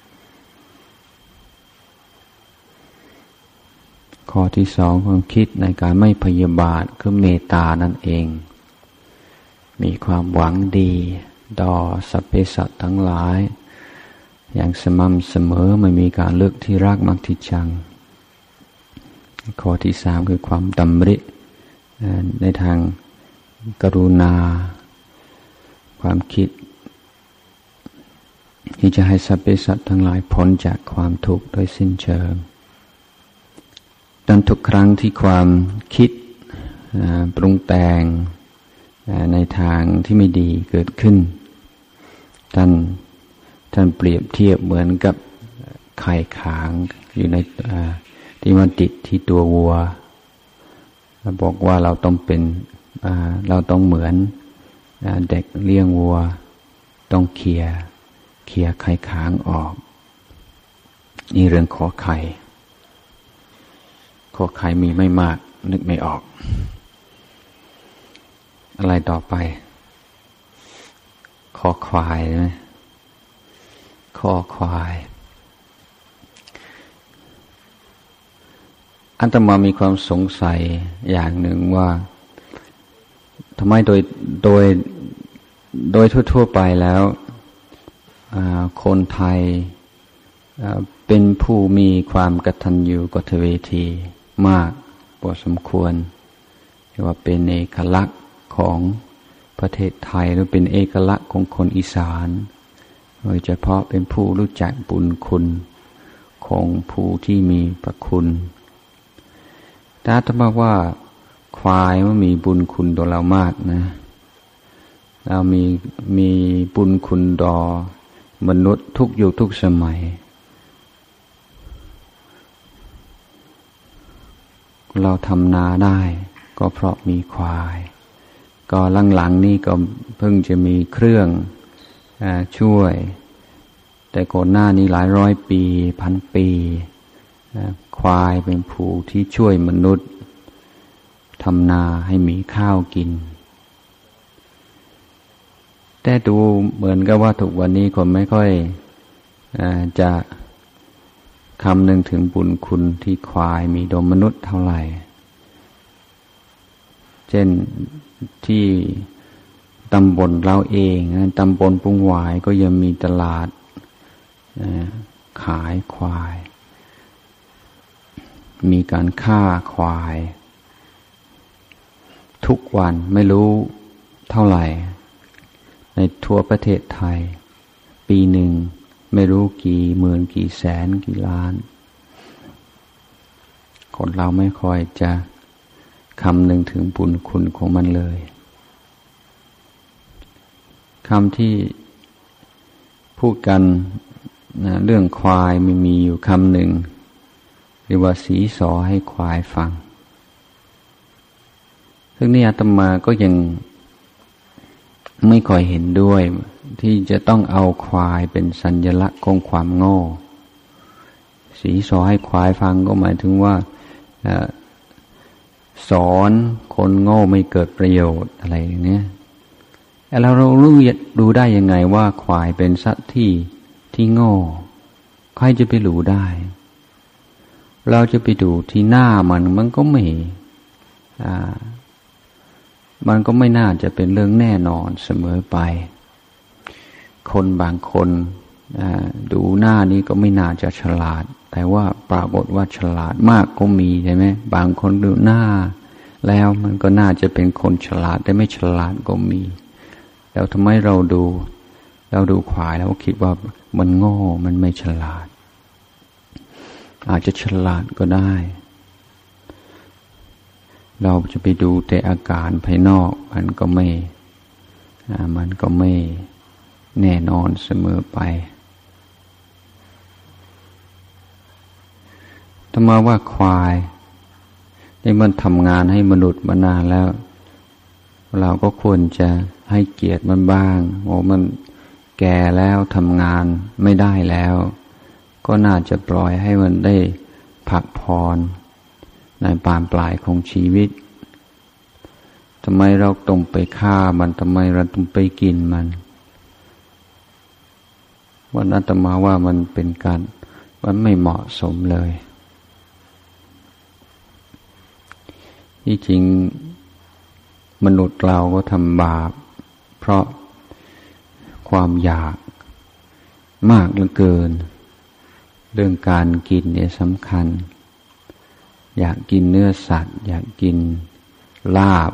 ข้อที่สองความคิดในการไม่พยาบาทคือเมตตานั่นเองมีความหวังดีต่อสรรพสัตว์ทั้งหลายอย่างสม่ำเสมอไม่มีการเลือกที่รักมักที่ชังข้อที่สามคือความดำริในทางกรุณาความคิดที่จะให้สรรพสัตว์ทั้งหลายพ้นจากความทุกข์โดยสิ้นเชิงดังทุกครั้งที่ความคิดปรุงแต่งในทางที่ไม่ดีเกิดขึ้นท่านท่านเปรียบเทียบเหมือนกับไข่ขางอยู่ในที่มันติดที่ตัววัวบอกว่าเราต้องเป็นเราต้องเหมือนเด็กเลี้ยงวัวต้องเคลียร์เคลียร์ไข่ขางออกนี่เรื่องขอไข่ขอไข่มีไม่มากนึกไม่ออกอะไรต่อไปคอควายใช่ไหมคอควายอาตมามีความสงสัยอย่างหนึ่งว่าทำไมโดยโดยโดยทั่วๆไปแล้วคนไทยเป็นผู้มีความกตัญญูกตเวทีมากพอสมควรเรียกว่าเป็นเอกลักษณ์ของประเทศไทยหรือเป็นเอกลักษณ์ของคนอีสานโดยเฉพาะเป็นผู้รู้จักบุญคุณของผู้ที่มีพระคุณแต่ถ้าบอกว่าควายมันมีบุญคุณต่อเรามากนะเรามีมีบุญคุณต่อมนุษย์ทุกยุคทุกสมัยเราทำนาได้ก็เพราะมีควายก็หลังๆนี่ก็เพิ่งจะมีเครื่องช่วยแต่ก่อนหน้านี้หลายร้อยปีพันปีควายเป็นผู้ที่ช่วยมนุษย์ทำนาให้มีข้าวกินแต่ดูเหมือนกับว่าทุกวันนี้คนไม่ค่อยจะคำนึงถึงบุญคุณที่ควายมีต่อมนุษย์เท่าไหร่เช่นที่ตำบลเราเองตำบลปุงหวายก็ยังมีตลาดขายควายมีการฆ่าควายทุกวันไม่รู้เท่าไหร่ในทั่วประเทศไทยปีหนึ่งไม่รู้กี่หมื่นกี่แสนกี่ล้านคนเราไม่ค่อยจะคำนึงถึงบุญคุณของมันเลยคำที่พูดกันนะเรื่องควายมันมีอยู่คำหนึ่งเรียกว่าสีสอให้ควายฟังซึ่งนี่อาตมาก็ยังไม่ค่อยเห็นด้วยที่จะต้องเอาควายเป็นสัญลักษณ์ของความโง่สีสอให้ควายฟังก็หมายถึงว่าสอนคนโง่ไม่เกิดประโยชน์อะไรอย่างนี้แล้วเรารู้ดูได้ยังไงว่าควายเป็นสัตว์ที่ที่โง่ใครจะไปรู้ได้เราจะไปดูที่หน้ามันมันก็ไม่อ่ามันก็ไม่น่าจะเป็นเรื่องแน่นอนเสมอไปคนบางคนดูหน้านี้ก็ไม่น่าจะฉลาดแต่ว่าปรากฏว่าฉลาดมากก็มีใช่ไหมบางคนดูหน้าแล้วมันก็น่าจะเป็นคนฉลาดแต่ไม่ฉลาดก็มีแล้วทำไมเราดูเราดูควายแล้วคิดว่ามันโง่มันไม่ฉลาดอาจจะฉลาดก็ได้เราจะไปดูแต่อาการภายนอกมันก็ไม่มันก็ไม่แน่นอนเสมอไปถ้ามาว่าควายที่มันทำงานให้มนุษย์มานานแล้วเราก็ควรจะให้เกียรติมันบ้างโอ้มันแก่แล้วทำงานไม่ได้แล้วก็น่าจะปล่อยให้มันได้พักผ่อนในปานปลายของชีวิตทำไมเราต้องไปฆ่ามันทำไมเราต้องไปกินมันวันอาตมาว่ามันเป็นการมันไม่เหมาะสมเลยที่จริงมนุษย์เราก็ทำบาปเพราะความอยากมากเหลือเกินเรื่องการกินเนี่ยสำคัญอยากกินเนื้อสัตว์อยากกินลาบ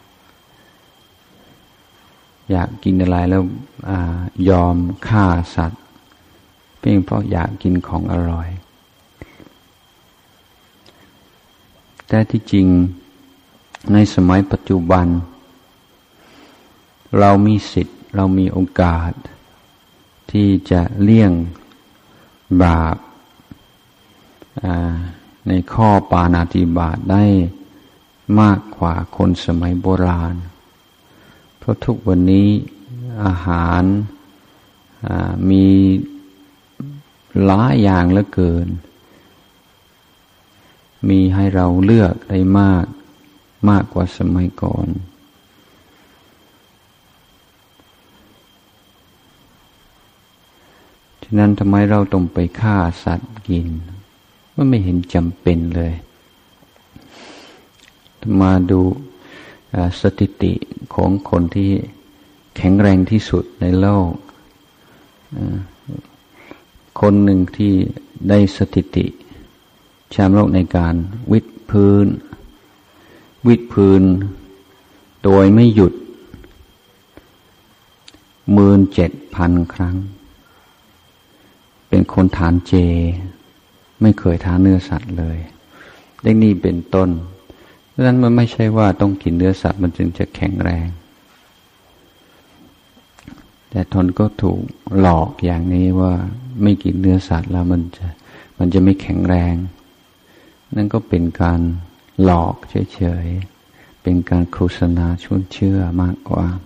อยากกินอะไรแล้วยอมฆ่าสัตว์เพียงเพราะอยากกินของอร่อยแต่ที่จริงในสมัยปัจจุบันเรามีสิทธิ์เรามีโอกาสที่จะเลี่ยงบาปในข้อปาณาติบาตได้มากกว่าคนสมัยโบราณเพราะทุกวันนี้อาหารมีหลายอย่างเหลือเกินมีให้เราเลือกได้มากมากกว่าสมัยก่อนฉะนั้นทำไมเราต้องไปฆ่าสัตว์กินมันไม่เห็นจำเป็นเลยมาดูสถิติของคนที่แข็งแรงที่สุดในโลกคนหนึ่งที่ได้สถิติแชมป์โลกในการวิดพื้นวิดพื้นโดยไม่หยุดหมื่นเจ็ดพันครั้งเป็นคนทานเจไม่เคยทานเนื้อสัตว์เลยดังนี้เป็นต้นดังนั้นมันไม่ใช่ว่าต้องกินเนื้อสัตว์มันจึงจะแข็งแรงแต่ทนก็ถูกหลอกอย่างนี้ว่าไม่กินเนื้อสัตว์แล้วมันจะมันจะไม่แข็งแรงนั่นก็เป็นการหลอกเฉยๆเป็นการโฆษณาชวนเชื่อมากกว่า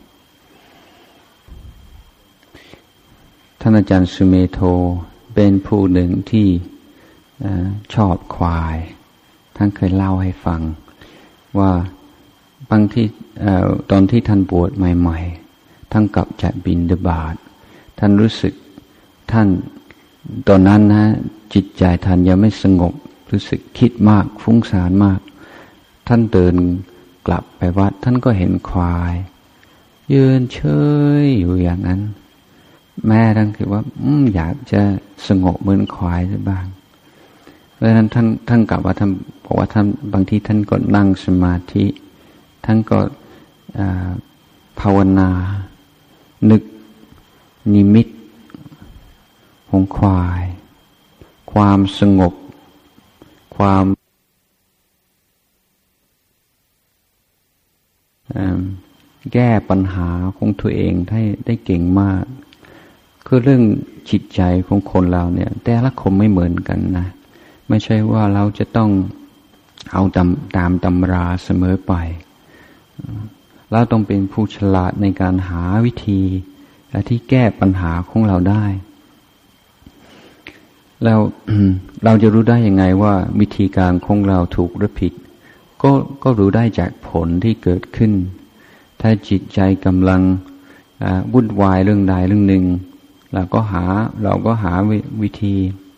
ท่านอาจารย์สุเมโธเป็นผู้หนึ่งที่ชอบควายท่านเคยเล่าให้ฟังว่าบางที่ตอนที่ท่านบวชใหม่ๆท่านกลับจากบิณฑบาตท่านรู้สึกท่านตอนนั้นนะจิตใจท่านยังไม่สงบรู้สึกคิดมากฟุ้งซ่านมากท่านเดินกลับไปวัดท่านก็เห็นควายยืนเฉยอยู่อย่างนั้นแม่ท่านคิดว่าอืมอยากจะสงบเหมือนควายบ้างเพราะฉะนั้นท่านท่านกลับว่าท่านบอกว่าท่านบางทีท่านก็นั่งสมาธิท่านก็ภาวนานึกนิมิตของควายความสงบความแก้ปัญหาของตัวเองได้ได้เก่งมากคือเรื่องจิตใจของคนเราเนี่ยแต่ละคนไม่เหมือนกันนะไม่ใช่ว่าเราจะต้องเอาตามตามตำราเสมอไปเราต้องเป็นผู้ฉลาดในการหาวิธีที่แก้ปัญหาของเราได้แล้ว เราจะรู้ได้ยังไงว่าวิธีการของเราถูกหรือผิดก็ก็รู้ได้จากผลที่เกิดขึ้นถ้าจิตใจกำลังวุ่นวายเรื่องใดเรื่องหนึ่งเราก็หาเราก็หาวิธี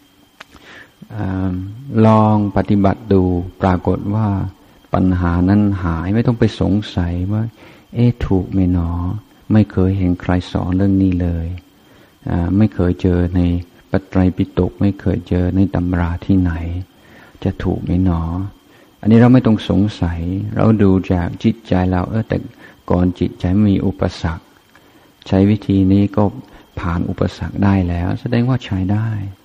ลองปฏิบัติดูปรากฏว่าปัญหานั้นหายไม่ต้องไปสงสัยว่าเอ๊ะถูกไหมหนอไม่เคยเห็นใครสอนเรื่องนี้เลยไม่เคยเจอในพระไตรปิฎกไม่เคยเจอในตำราที่ไหนจะถูกไหมหนออันนี้เราไม่ต้องสงสัยเราดูจากจิตใจเราเออแต่ก่อนจิตใจมีอุปสรรคใช้วิธีนี้ก็ผ่านอุปสรรคได้แล้วแสดงว่าใช้ได้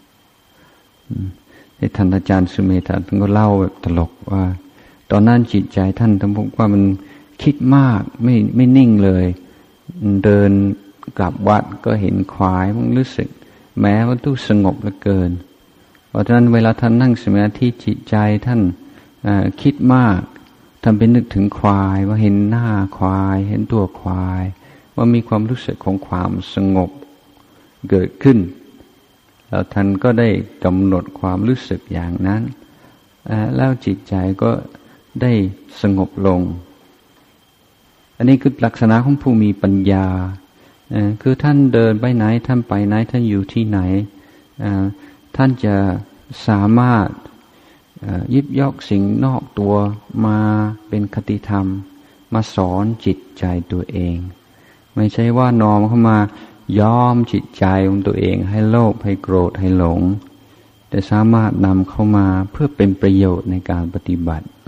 ที่ท่านอาจารย์สุเมธท่านก็เล่าแบบตลกว่าตอนนั้นจิตใจท่านท่านพบว่ามันคิดมากไม่ไม่นิ่งเลยเดินกลับวัดก็เห็นควายมันรู้สึกแม้ว่าตู้สงบเหลือเกินเพราะฉะนั้นเวลาท่านนั่งสมาธิจิตใจท่านคิดมากท่านไปนึกถึงควายว่าเห็นหน้าควายเห็นตัวควายว่ามีความรู้สึกของความสงบเกิดขึ้นแล้วท่านก็ได้กำหนดความรู้สึกอย่างนั้นแล้วจิตใจก็ได้สงบลงอันนี้คือลักษณะของผู้มีปัญญาคือท่านเดินไปไหนท่านไปไหนท่านอยู่ที่ไหนท่านจะสามารถยิบยกสิ่งนอกตัวมาเป็นคติธรรมมาสอนจิตใจตัวเองไม่ใช่ว่าน้อมเข้ามายอมจิตใจของตัวเองให้โลภให้โกรธให้หลงแต่สามารถนำเข้ามาเพื่อเป็นประโยชน์ในการปฏิบัติ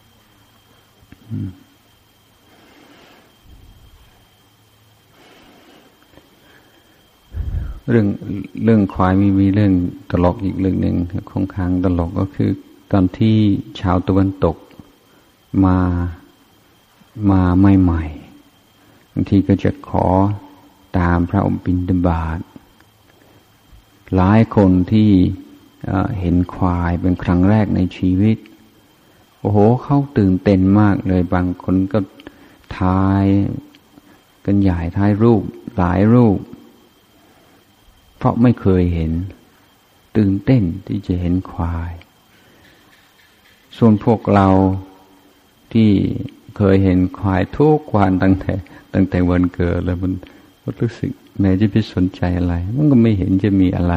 เรื่องเรื่องควายมีมีเรื่องตลกอีกเรื่องหนึ่งค่อนข้างตลกก็คือตอนที่ชาวตะวันตกมามาใหม่ๆบางทีก็จะขอตามพระองค์บิณฑบาตหลายคนที่เห็นควายเป็นครั้งแรกในชีวิตโอ้โหเขาตื่นเต้นมากเลยบางคนก็ถ่ายกันใหญ่ถ่ายรูปหลายรูปเพราะไม่เคยเห็นตื่นเต้นที่จะเห็นควายส่วนพวกเราที่เคยเห็นควายทุกวันตั้งแต่ตั้งแต่วันเกิดแล้วมันรู้สึกแม้จะไปสนใจอะไรมันก็ไม่เห็นจะมีอะไร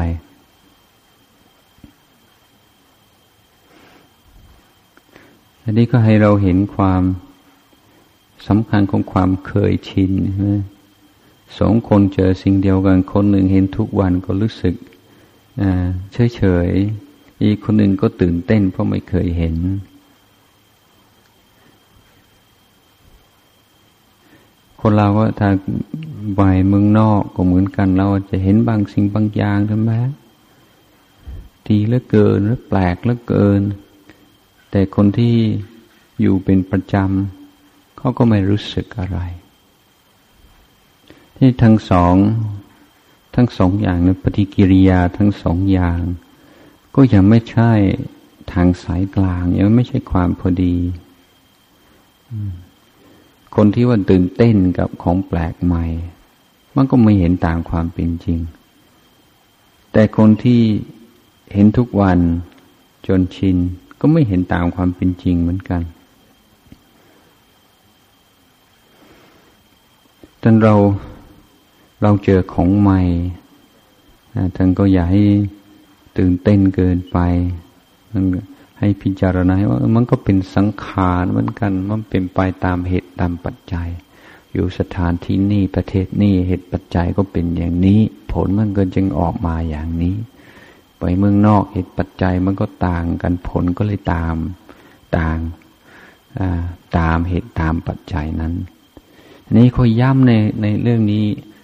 อันนี้ก็ให้เราเห็นความสำคัญของความเคยชินใช่ไหมสองคนเจอสิ่งเดียวกันคนหนึ่งเห็นทุกวันก็รู้สึกเฉยเฉยอีกคนหนึ่งก็ตื่นเต้นเพราะไม่เคยเห็นคนเราก็ถ้าไปเมืองนอกก็เหมือนกันเราจะเห็นบางสิ่งบางอย่างใช่ไหมดีเหลือเกินหรือแปลกเหลือเกินแต่คนที่อยู่เป็นประจำเขาก็ไม่รู้สึกอะไรที่ทั้งสองทั้งสองอย่างในปฏิกิริยาทั้งสองอย่างก็ยังไม่ใช่ทางสายกลางยังไม่ใช่ความพอดีคนที่ว่าตื่นเต้นกับของแปลกใหม่มันก็ไม่เห็นตามความเป็นจริงแต่คนที่เห็นทุกวันจนชินก็ไม่เห็นตามความเป็นจริงเหมือนกันจนเราเราเจอของใหม่ท่านก็อย่าให้ตื่นเต้นเกินไปให้พิจารณาว่ามันก็เป็นสังขารเหมือนกันมันเป็นไปตามเหตุตามปัจจัยอยู่สถานที่นี่ประเทศนี่เหตุปัจจัยก็เป็นอย่างนี้ผลมันก็จึงออกมาอย่างนี้ไปเมืองนอกเหตุปัจจัยมันก็ต่างกันผลก็เลยตามต่างตามเหตุตามปัจจัยนั้นอันนี้เขาย้ำในในเรื่องนี้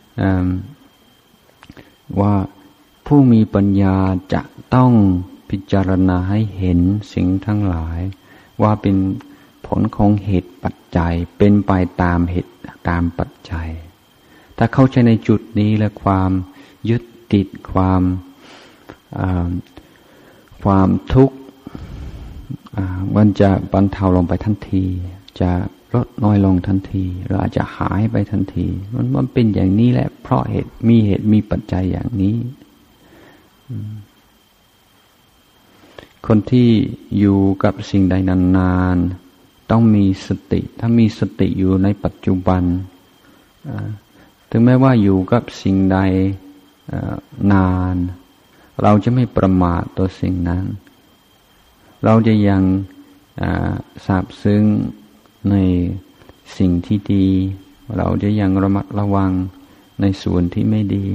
ว่าผู้มีปัญญาจะต้องพิจารณาให้เห็นสิ่งทั้งหลายว่าเป็นผลของเหตุปัจจัยเป็นไปตามเหตุตามปัจจัยถ้าเข้าใจในจุดนี้และความยึดติดความความทุกข์มันจะบรรเทาลงไปทันทีจะลดน้อยลงทันทีหรืออาจจะหายไปทันทีมันมันเป็นอย่างนี้แหละเพราะเหตุมีเหตุมีปัจจัยอย่างนี้คนที่อยู่กับสิ่งใดนานๆต้องมีสติถ้ามีสติอยู่ในปัจจุบันถึงแม้ว่าอยู่กับสิ่งใดนานเราจะไม่ประมาทตัวสิ่งนั้นเราจะยังซาบซึ้งในสิ่งที่ดีเราจะยังระมัดระวังในส่วนที่ไม่ดี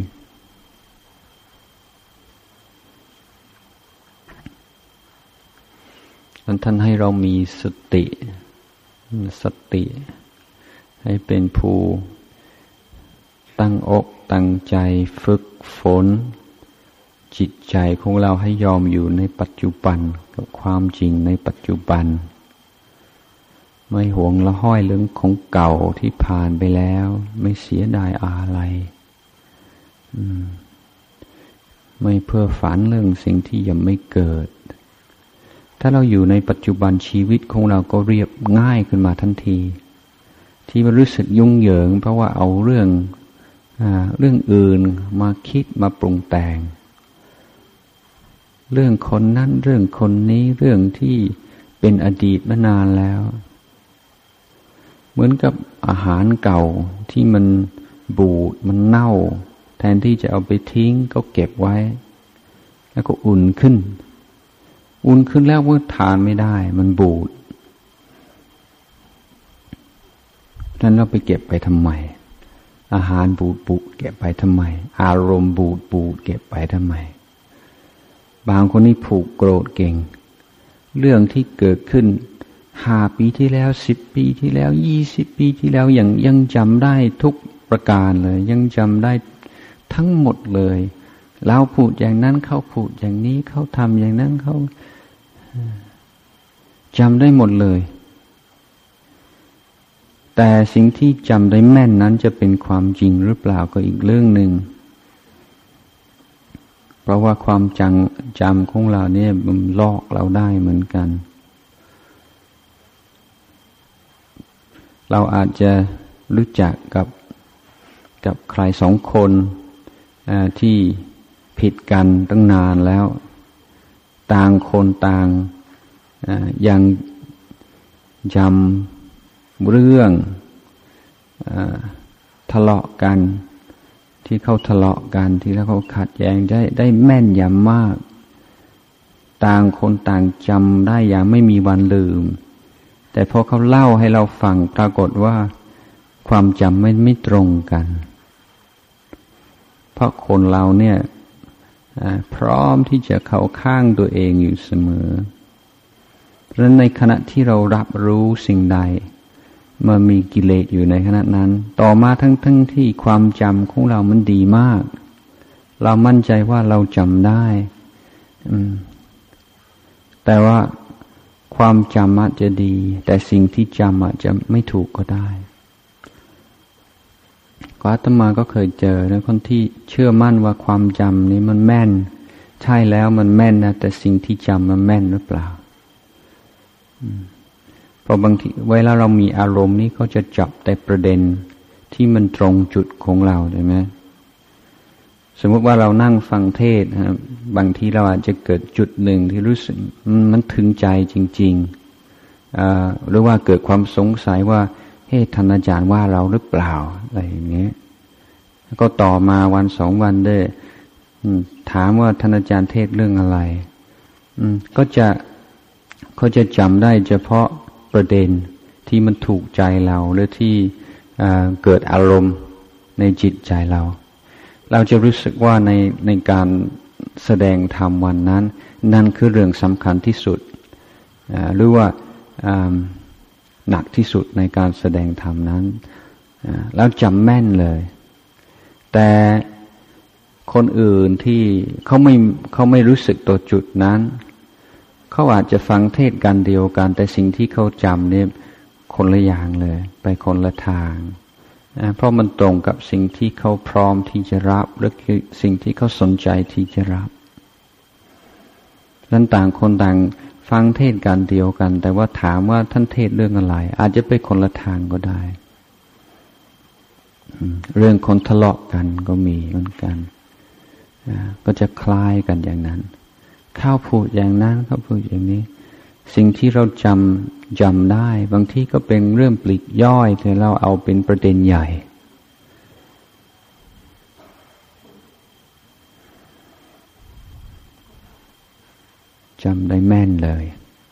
ท่านให้เรามีสติสติให้เป็นผู้ตั้งอกตั้งใจฝึกฝนจิตใจของเราให้ยอมอยู่ในปัจจุบันกับความจริงในปัจจุบันไม่หวงละห้อยเรื่องของเก่าที่ผ่านไปแล้วไม่เสียดายอะไรไม่เพ้อฝันเรื่องสิ่งที่ยังไม่เกิดถ้าเราอยู่ในปัจจุบันชีวิตของเราก็เรียบง่ายขึ้นมาทันทีที่มันรู้สึกยุ่งเหยิงเพราะว่าเอาเรื่องอ่าเรื่องอื่นมาคิดมาปรุงแต่งเรื่องคนนั้นเรื่องคนนี้เรื่องที่เป็นอดีตมานานแล้วเหมือนกับอาหารเก่าที่มันบูดมันเน่าแทนที่จะเอาไปทิ้งก็เก็บไว้แล้วก็อุ่นขึ้นอุ่นขึ้นแล้วว่าทานไม่ได้มันบูดนั้นเราไปเก็บไปทำไมอาหารบูดบูดเก็บไปทำไมอารมณ์บูดบูดเก็บไปทำไมบางคนนี่ผูกโกรธเก่งเรื่องที่เกิดขึ้นห้าปีที่แล้วสิบปีที่แล้วยี่สิบปีที่แล้วยังยังจำได้ทุกประการเลยยังจำได้ทั้งหมดเลยเราพูดอย่างนั้นเขาพูดอย่างนี้เขาทำอย่างนั้นเขาจำได้หมดเลยแต่สิ่งที่จำได้แม่นนั้นจะเป็นความจริงหรือเปล่าก็อีกเรื่องหนึ่งเพราะว่าความจำจำของเราเนี่ยมันลอกเราได้เหมือนกันเราอาจจะรู้จักกับกับใครสองคนที่ผิดกันตั้งนานแล้วต่างคนต่างยังจำเรื่องทะเลาะกันที่เขาทะเลาะกันที่แล้วเขาขัดแย้งได้ได้แม่นยำมากต่างคนต่างจำได้อย่างไม่มีวันลืมแต่พอเขาเล่าให้เราฟังปรากฏว่าความจำไม่ไม่ตรงกันเพราะคนเราเนี่ยพร้อมที่จะเข้าข้างตัวเองอยู่เสมอเพราะฉะนั้นในขณะที่เรารับรู้สิ่งใดเมื่อมีกิเลสอยู่ในขณะนั้นต่อมาทั้งทั้งที่ความจำของเรามันดีมากเรามั่นใจว่าเราจำได้แต่ว่าความจำอาจจะดีแต่สิ่งที่จำอาจจะไม่ถูกก็ได้ก็อาตมาก็เคยเจอนะคนที่เชื่อมั่นว่าความจำนี้มันแม่นใช่แล้วมันแม่นนะแต่สิ่งที่จำมันแม่นหรือเปล่าเพราะบางทีเวลาเรามีอารมณ์นี้เขาจะจับแต่ประเด็นที่มันตรงจุดของเราใช่ไหมสมมติว่าเรานั่งฟังเทศน์บางทีเราอาจจะเกิดจุดหนึ่งที่รู้สึกมันถึงใจจริงๆหรือว่าเกิดความสงสัยว่าเฮ้ท่านอาจารย์ว่าเราหรือเปล่าอะไรอย่างเงี้ยก็ต่อมาวันสองวันได้ถามว่าท่านอาจารย์เทศเรื่องอะไรก็จะเขาจะจำได้เฉพาะประเด็นที่มันถูกใจเราหรือที่เกิดอารมณ์ในจิตใจเราเราจะรู้สึกว่าในในการแสดงธรรมวันนั้นนั่นคือเรื่องสำคัญที่สุดหรือว่าหนักที่สุดในการแสดงธรรมนั้นแล้วจำแม่นเลยแต่คนอื่นที่เขาไม่เขาไม่รู้สึกตัวจุดนั้นเขาอาจจะฟังเทศกันเดียวกันแต่สิ่งที่เขาจำเนี่ยคนละอย่างเลยไปคนละทางเพราะมันตรงกับสิ่งที่เขาพร้อมที่จะรับหรือสิ่งที่เขาสนใจที่จะรับนั้นต่างคนต่างฟังเทศกันเดียวกันแต่ว่าถามว่าท่านเทศเรื่องอะไรอาจจะไปคนละทางก็ได้เรื่องคนทะเลาะกันก็มีเหมือนกันก็จะคล้ายกันอย่างนั้นข้าวพูดอย่างนั้นข้าวพูดอย่างนี้สิ่งที่เราจำจำได้บางทีก็เป็นเรื่องปลีกย่อยแต่เราเอาเป็นประเด็นใหญ่จำได้แม่นเลย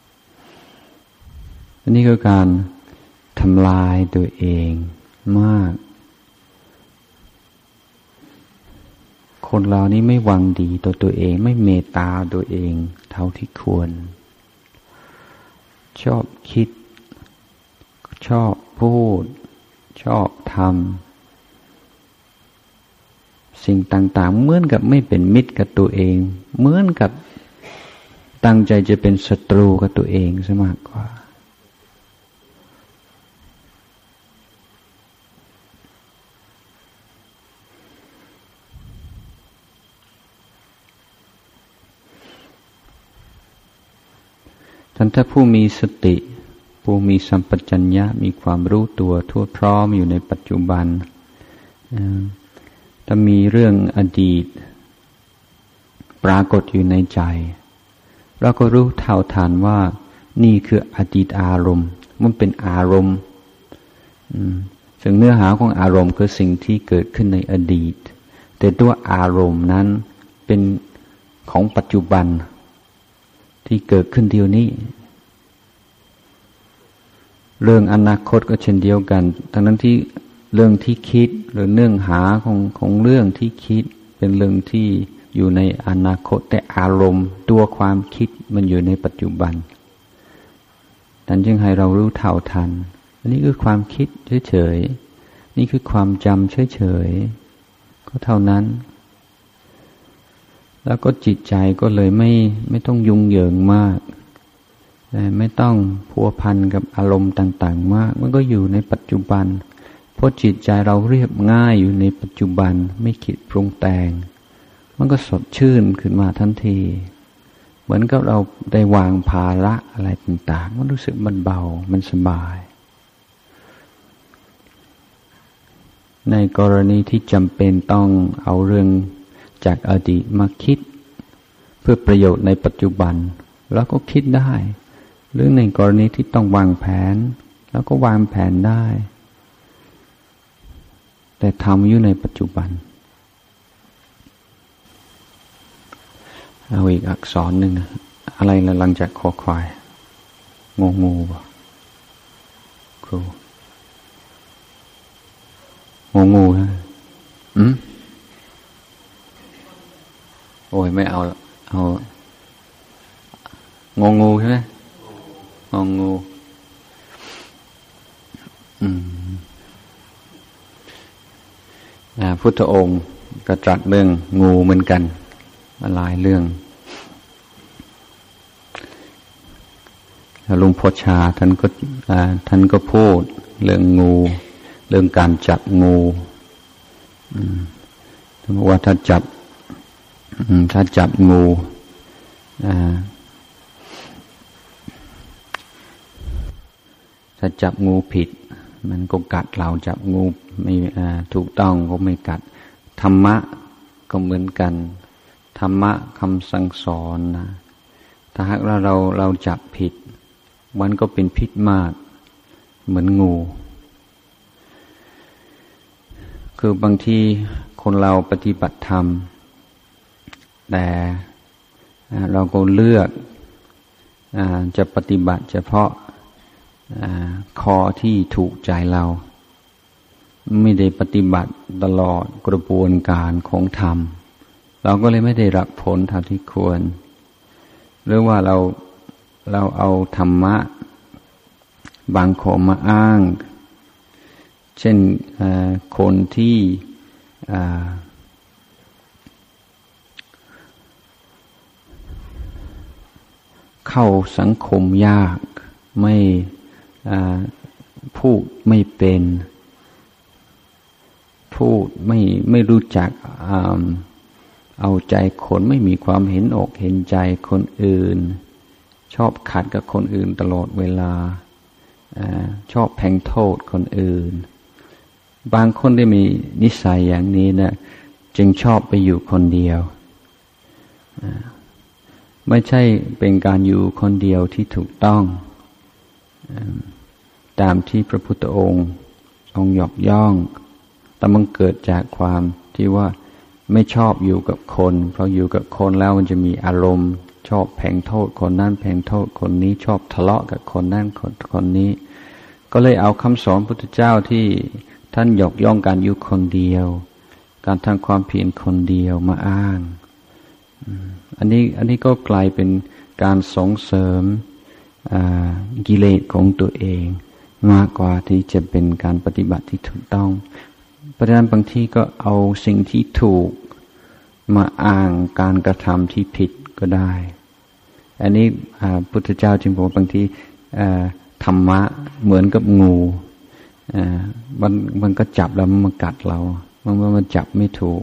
อันนี้คือการทำลายตัวเองมากคนเรานี้ไม่หวังดีต่อตัวเองไม่เมตตาตัวเองเท่าที่ควรชอบคิดชอบพูดชอบทำสิ่งต่างๆเหมือนกับไม่เป็นมิตรกับตัวเองเหมือนกับตั้งใจจะเป็นศัตรูกับตัวเองซะมากกว่าท่านถ้าผู้มีสติผู้มีสัมปชัญญะมีความรู้ตัวทั่วพร้อมอยู่ในปัจจุบันถ้ามีเรื่องอดีตปรากฏอยู่ในใจเราก็รู้เท่าทันว่านี่คืออดีตอารมณ์มันเป็นอารมณ์ซึ่งเนื้อหาของอารมณ์คือสิ่งที่เกิดขึ้นในอดีตแต่ตัวอารมณ์นั้นเป็นของปัจจุบันที่เกิดขึ้นเดี๋ยวนี้เรื่องอนาคตก็เช่นเดียวกันทั้งนั้นที่เรื่องที่คิดหรือเนื้อหาของของเรื่องที่คิดเป็นเรื่องที่อยู่ในอนาคตแต่อารมณ์ตัวความคิดมันอยู่ในปัจจุบันดังนั้นจึงให้เรารู้เท่าทันอันนี้คือความคิดเฉยๆนี่คือความจำเฉยๆก็เท่านั้นแล้วก็จิตใจก็เลยไม่ไม่ต้องยุ่งเหยิงมากไม่ต้องพัวพันกับอารมณ์ต่างๆมากมันก็อยู่ในปัจจุบันเพราะจิตใจเราเรียบง่ายอยู่ในปัจจุบันไม่คิดปรุงแต่งมันก็สดชื่นขึ้นมาทันทีเหมือนกับเราได้วางภาระอะไรต่างๆมันรู้สึกมันเบามันสบายในกรณีที่จำเป็นต้องเอาเรื่องจากอดีตมาคิดเพื่อประโยชน์ในปัจจุบันแล้วก็คิดได้หรือในกรณีที่ต้องวางแผนแล้วก็วางแผนได้แต่ทำอยู่ในปัจจุบันเอาอีกอักษรหนึ่งอะไรละหลังจากคอควายงองูป่ะครูงองูนะอืมโอ้ยไม่เอาเอางองูใช่ไหมงองูอืมพุทธองค์ก็ตรัสเรื่องงูเหมือนกันหลายเรื่องหลวงพ่อชาท่านก็ท่านก็พูดเรื่องงูเรื่องการจับงูท่านบอกว่าถ้าจับถ้าจับงูถ้าจับงูผิดมันก็กัดเราจับงูไม่ถูกต้องก็ไม่กัดธรรมะก็เหมือนกันธรรมะคำสั่งสอนนะถ้าหากเราเราเราจับผิดมันก็เป็นพิษมากเหมือนงูคือบางทีคนเราปฏิบัติธรรมแต่เราก็เลือกจะปฏิบัติเฉพาะข้อที่ถูกใจเราไม่ได้ปฏิบัติตลอดกระบวนการของธรรมเราก็เลยไม่ได้รับผลเท่าที่ควรหรือว่าเราเราเอาธรรมะบางข้อมาอ้างเช่นคนที่เข้าสังคมยากไม่พูดไม่เป็นพูดไม่ไม่รู้จักเอาใจคนไม่มีความเห็นอกเห็นใจคนอื่นชอบขัดกับคนอื่นตลอดเวลาชอบแผงโทษคนอื่นบางคนได้มีนิสัยอย่างนี้นะจึงชอบไปอยู่คนเดียวไม่ใช่เป็นการอยู่คนเดียวที่ถูกต้องตามที่พระพุทธองค์ทรงยกย่องแต่มันเกิดจากความที่ว่าไม่ชอบอยู่กับคนเพราะอยู่กับคนแล้วมันจะมีอารมณ์ชอบแผงโทษคนนั้นแผงโทษคนนี้ชอบทะเลาะกับคนนั้นคนคนนี้ก็เลยเอาคำสอนพระพุทธเจ้าที่ท่านยกย่องการอยู่คนเดียวการทำความเพียรคนเดียวมาอ้างอันนี้อันนี้ก็กลายเป็นการส่งเสริมกิเลสของตัวเองมากกว่าที่จะเป็นการปฏิบัติที่ถูกต้องเพราะฉะนั้นบางทีก็เอาสิ่งที่ถูกมาอ้างการกระทำที่ผิดก็ได้อันนี้พุทธเจ้าจึงบอกว่าบางทีธรรมะเหมือนกับงูมันมันก็จับแล้วมันกัดเรามันมันจับไม่ถูก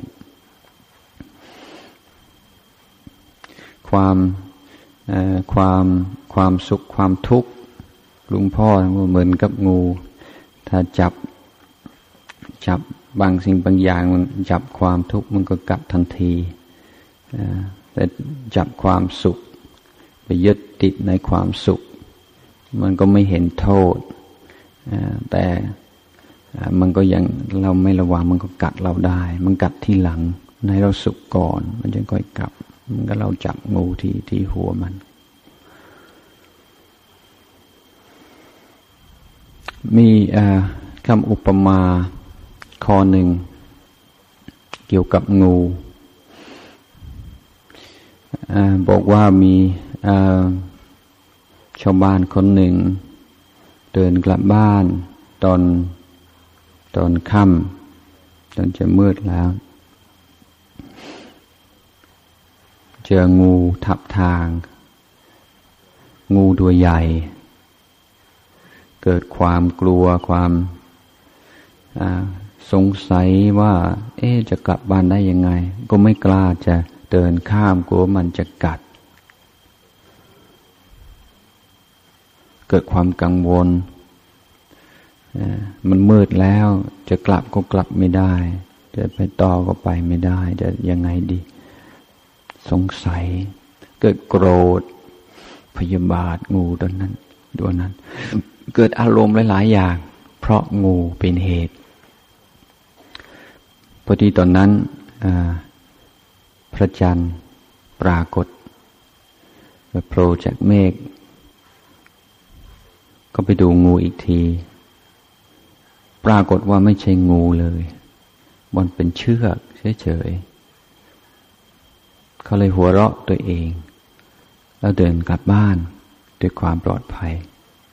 ความความความสุขความทุกข์ลุงพ่อเหมือนกับงูถ้าจับจับบางสิ่งบางอย่างมันจับความทุกข์มันก็กัดทันทีแต่จับความสุขไปยึดติดในความสุขมันก็ไม่เห็นโทษแต่มันก็ยังเราไม่ระวังมันก็กัดเราได้มันกัดที่หลังให้เราสุขก่อนมันจะค่อยกลับมันก็เราจับงูที่ที่หัวมันมีคำอุปมาข้อหนึ่งเกี่ยวกับงูบอกว่ามีชาวบ้านคนหนึ่งเดินกลับบ้านตอนตอนค่ำตอนจะมืดแล้วเจองูทับทางงูตัวใหญ่เกิดความกลัวความสงสัยว่าเอ๊ะจะกลับบ้านได้ยังไงก็ไม่กล้าจะเดินข้ามกลัวมันจะกัดเกิดความกังวลมันมืดแล้วจะกลับก็กลับไม่ได้จะไปต่อก็ไปไม่ได้จะยังไงดีสงสัยเกิดโกรธพยาบาทงูตัวนั้นตัวนั้นเกิดอารมณ์หลายๆอย่างเพราะงูเป็นเหตุพอดีตอนนั้นพระจันทร์ปรากฏโผล่จากเมฆก็ไปดูงูอีกทีปรากฏว่าไม่ใช่งูเลยมันเป็นเชือกเฉยๆเขาเลยหัวเราะตัวเองแล้วเดินกลับบ้านด้วยความปลอดภัย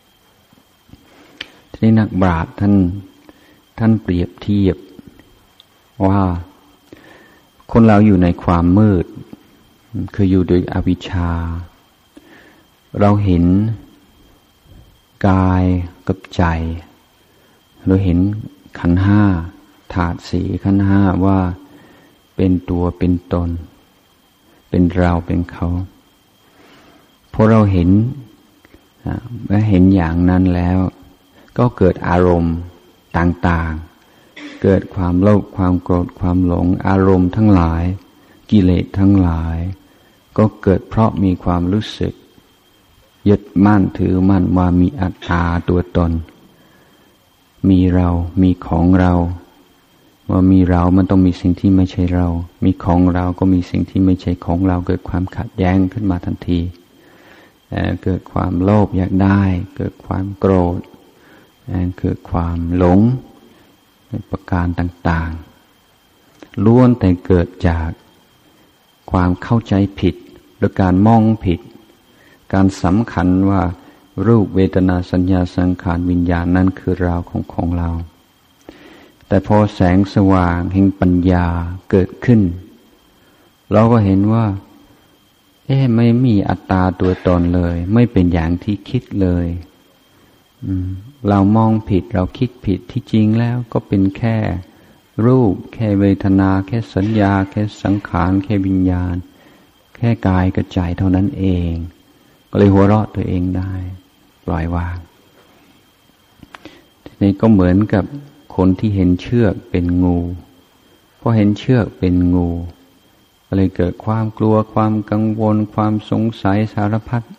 ทีนี้นักปราชญ์ท่านท่านเปรียบเทียบว่าคนเราอยู่ในความมืดคืออยู่โดยอวิชชาเราเห็นกายกับใจเราเห็นขันธ์ห้าธาตุสี่ขันธ์ห้าว่าเป็นตัวเป็นตนเป็นเราเป็นเขาพอเราเห็นเมื่อเห็นอย่างนั้นแล้วก็เกิดอารมณ์ต่างๆเกิดความโลภความโกรธความหลงอารมณ์ทั้งหลายกิเลสทั้งหลายก็เกิดเพราะมีความรู้สึกยึดมั่นถือมั่นว่ามีอัตตาตัวตนมีเรามีของเราว่ามีเรามันต้องมีสิ่งที่ไม่ใช่เรามีของเราก็มีสิ่งที่ไม่ใช่ของเราเกิดความขัดแย้งขึ้นมาทันทีเกิดความโลภอยากได้เกิดความโกรธเกิดความหลงประการต่างๆล้วนแต่เกิดจากความเข้าใจผิดหรือการมองผิดการสำคัญว่ารูปเวทนาสัญญาสังขารวิญญาณนั้นคือเราของของเราแต่พอแสงสว่างแห่งปัญญาเกิดขึ้นเราก็เห็นว่าเอ๊ะไม่มีอัตตาตัวตนเลยไม่เป็นอย่างที่คิดเลยเรามองผิดเราคิดผิดที่จริงแล้วก็เป็นแค่รูปแค่เวทนาแค่สัญญาแค่สังขารแค่วิญญาณแค่กายกับใจเท่านั้นเองก็เลยหัวเราะตัวเองได้ปล่อยวางทีนี้ก็เหมือนกับคนที่เห็นเชือกเป็นงูพอเห็นเชือกเป็นงูก็เลยเกิดความกลัวความกังวลความสงสัยสารพัด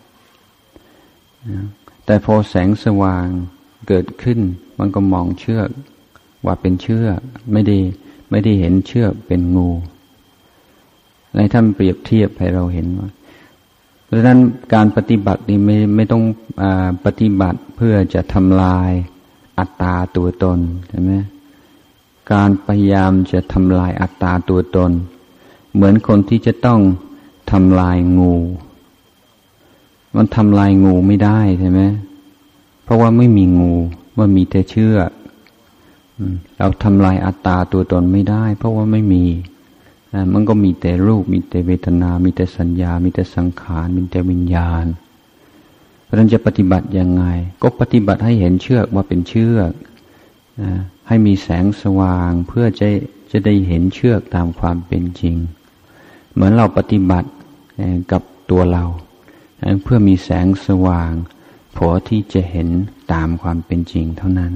แต่พอแสงสว่างเกิดขึ้นมันก็มองเชือกว่าเป็นเชือกไม่ได้ไม่ได้เห็นเชือกเป็นงูในท่านเปรียบเทียบให้เราเห็นว่าเพราะฉะนั้นการปฏิบัตินี่ไม่ไม่ต้องอ่าปฏิบัติเพื่อจะทำลายอัตตาตัวตนใช่ไหมการพยายามจะทำลายอัตตาตัวตนเหมือนคนที่จะต้องทำลายงูมันทำลายงูไม่ได้ใช่ไหมเพราะว่าไม่มีงูมันมีแต่เชือกเราทำลายอัตตาตัวตนไม่ได้เพราะว่าไม่มีมันก็มีแต่รูปมีแต่เวทนามีแต่สัญญามีแต่สังขารมีแต่วิญญาณเพราะฉะนั้นจะปฏิบัติยังไงก็ปฏิบัติให้เห็นเชือกว่าเป็นเชือกให้มีแสงสว่างเพื่อจะจะได้เห็นเชือกตามความเป็นจริงเหมือนเราปฏิบัติกับตัวเราเพื่อมีแสงสว่างพอที่จะเห็นตามความเป็นจริงเท่านั้น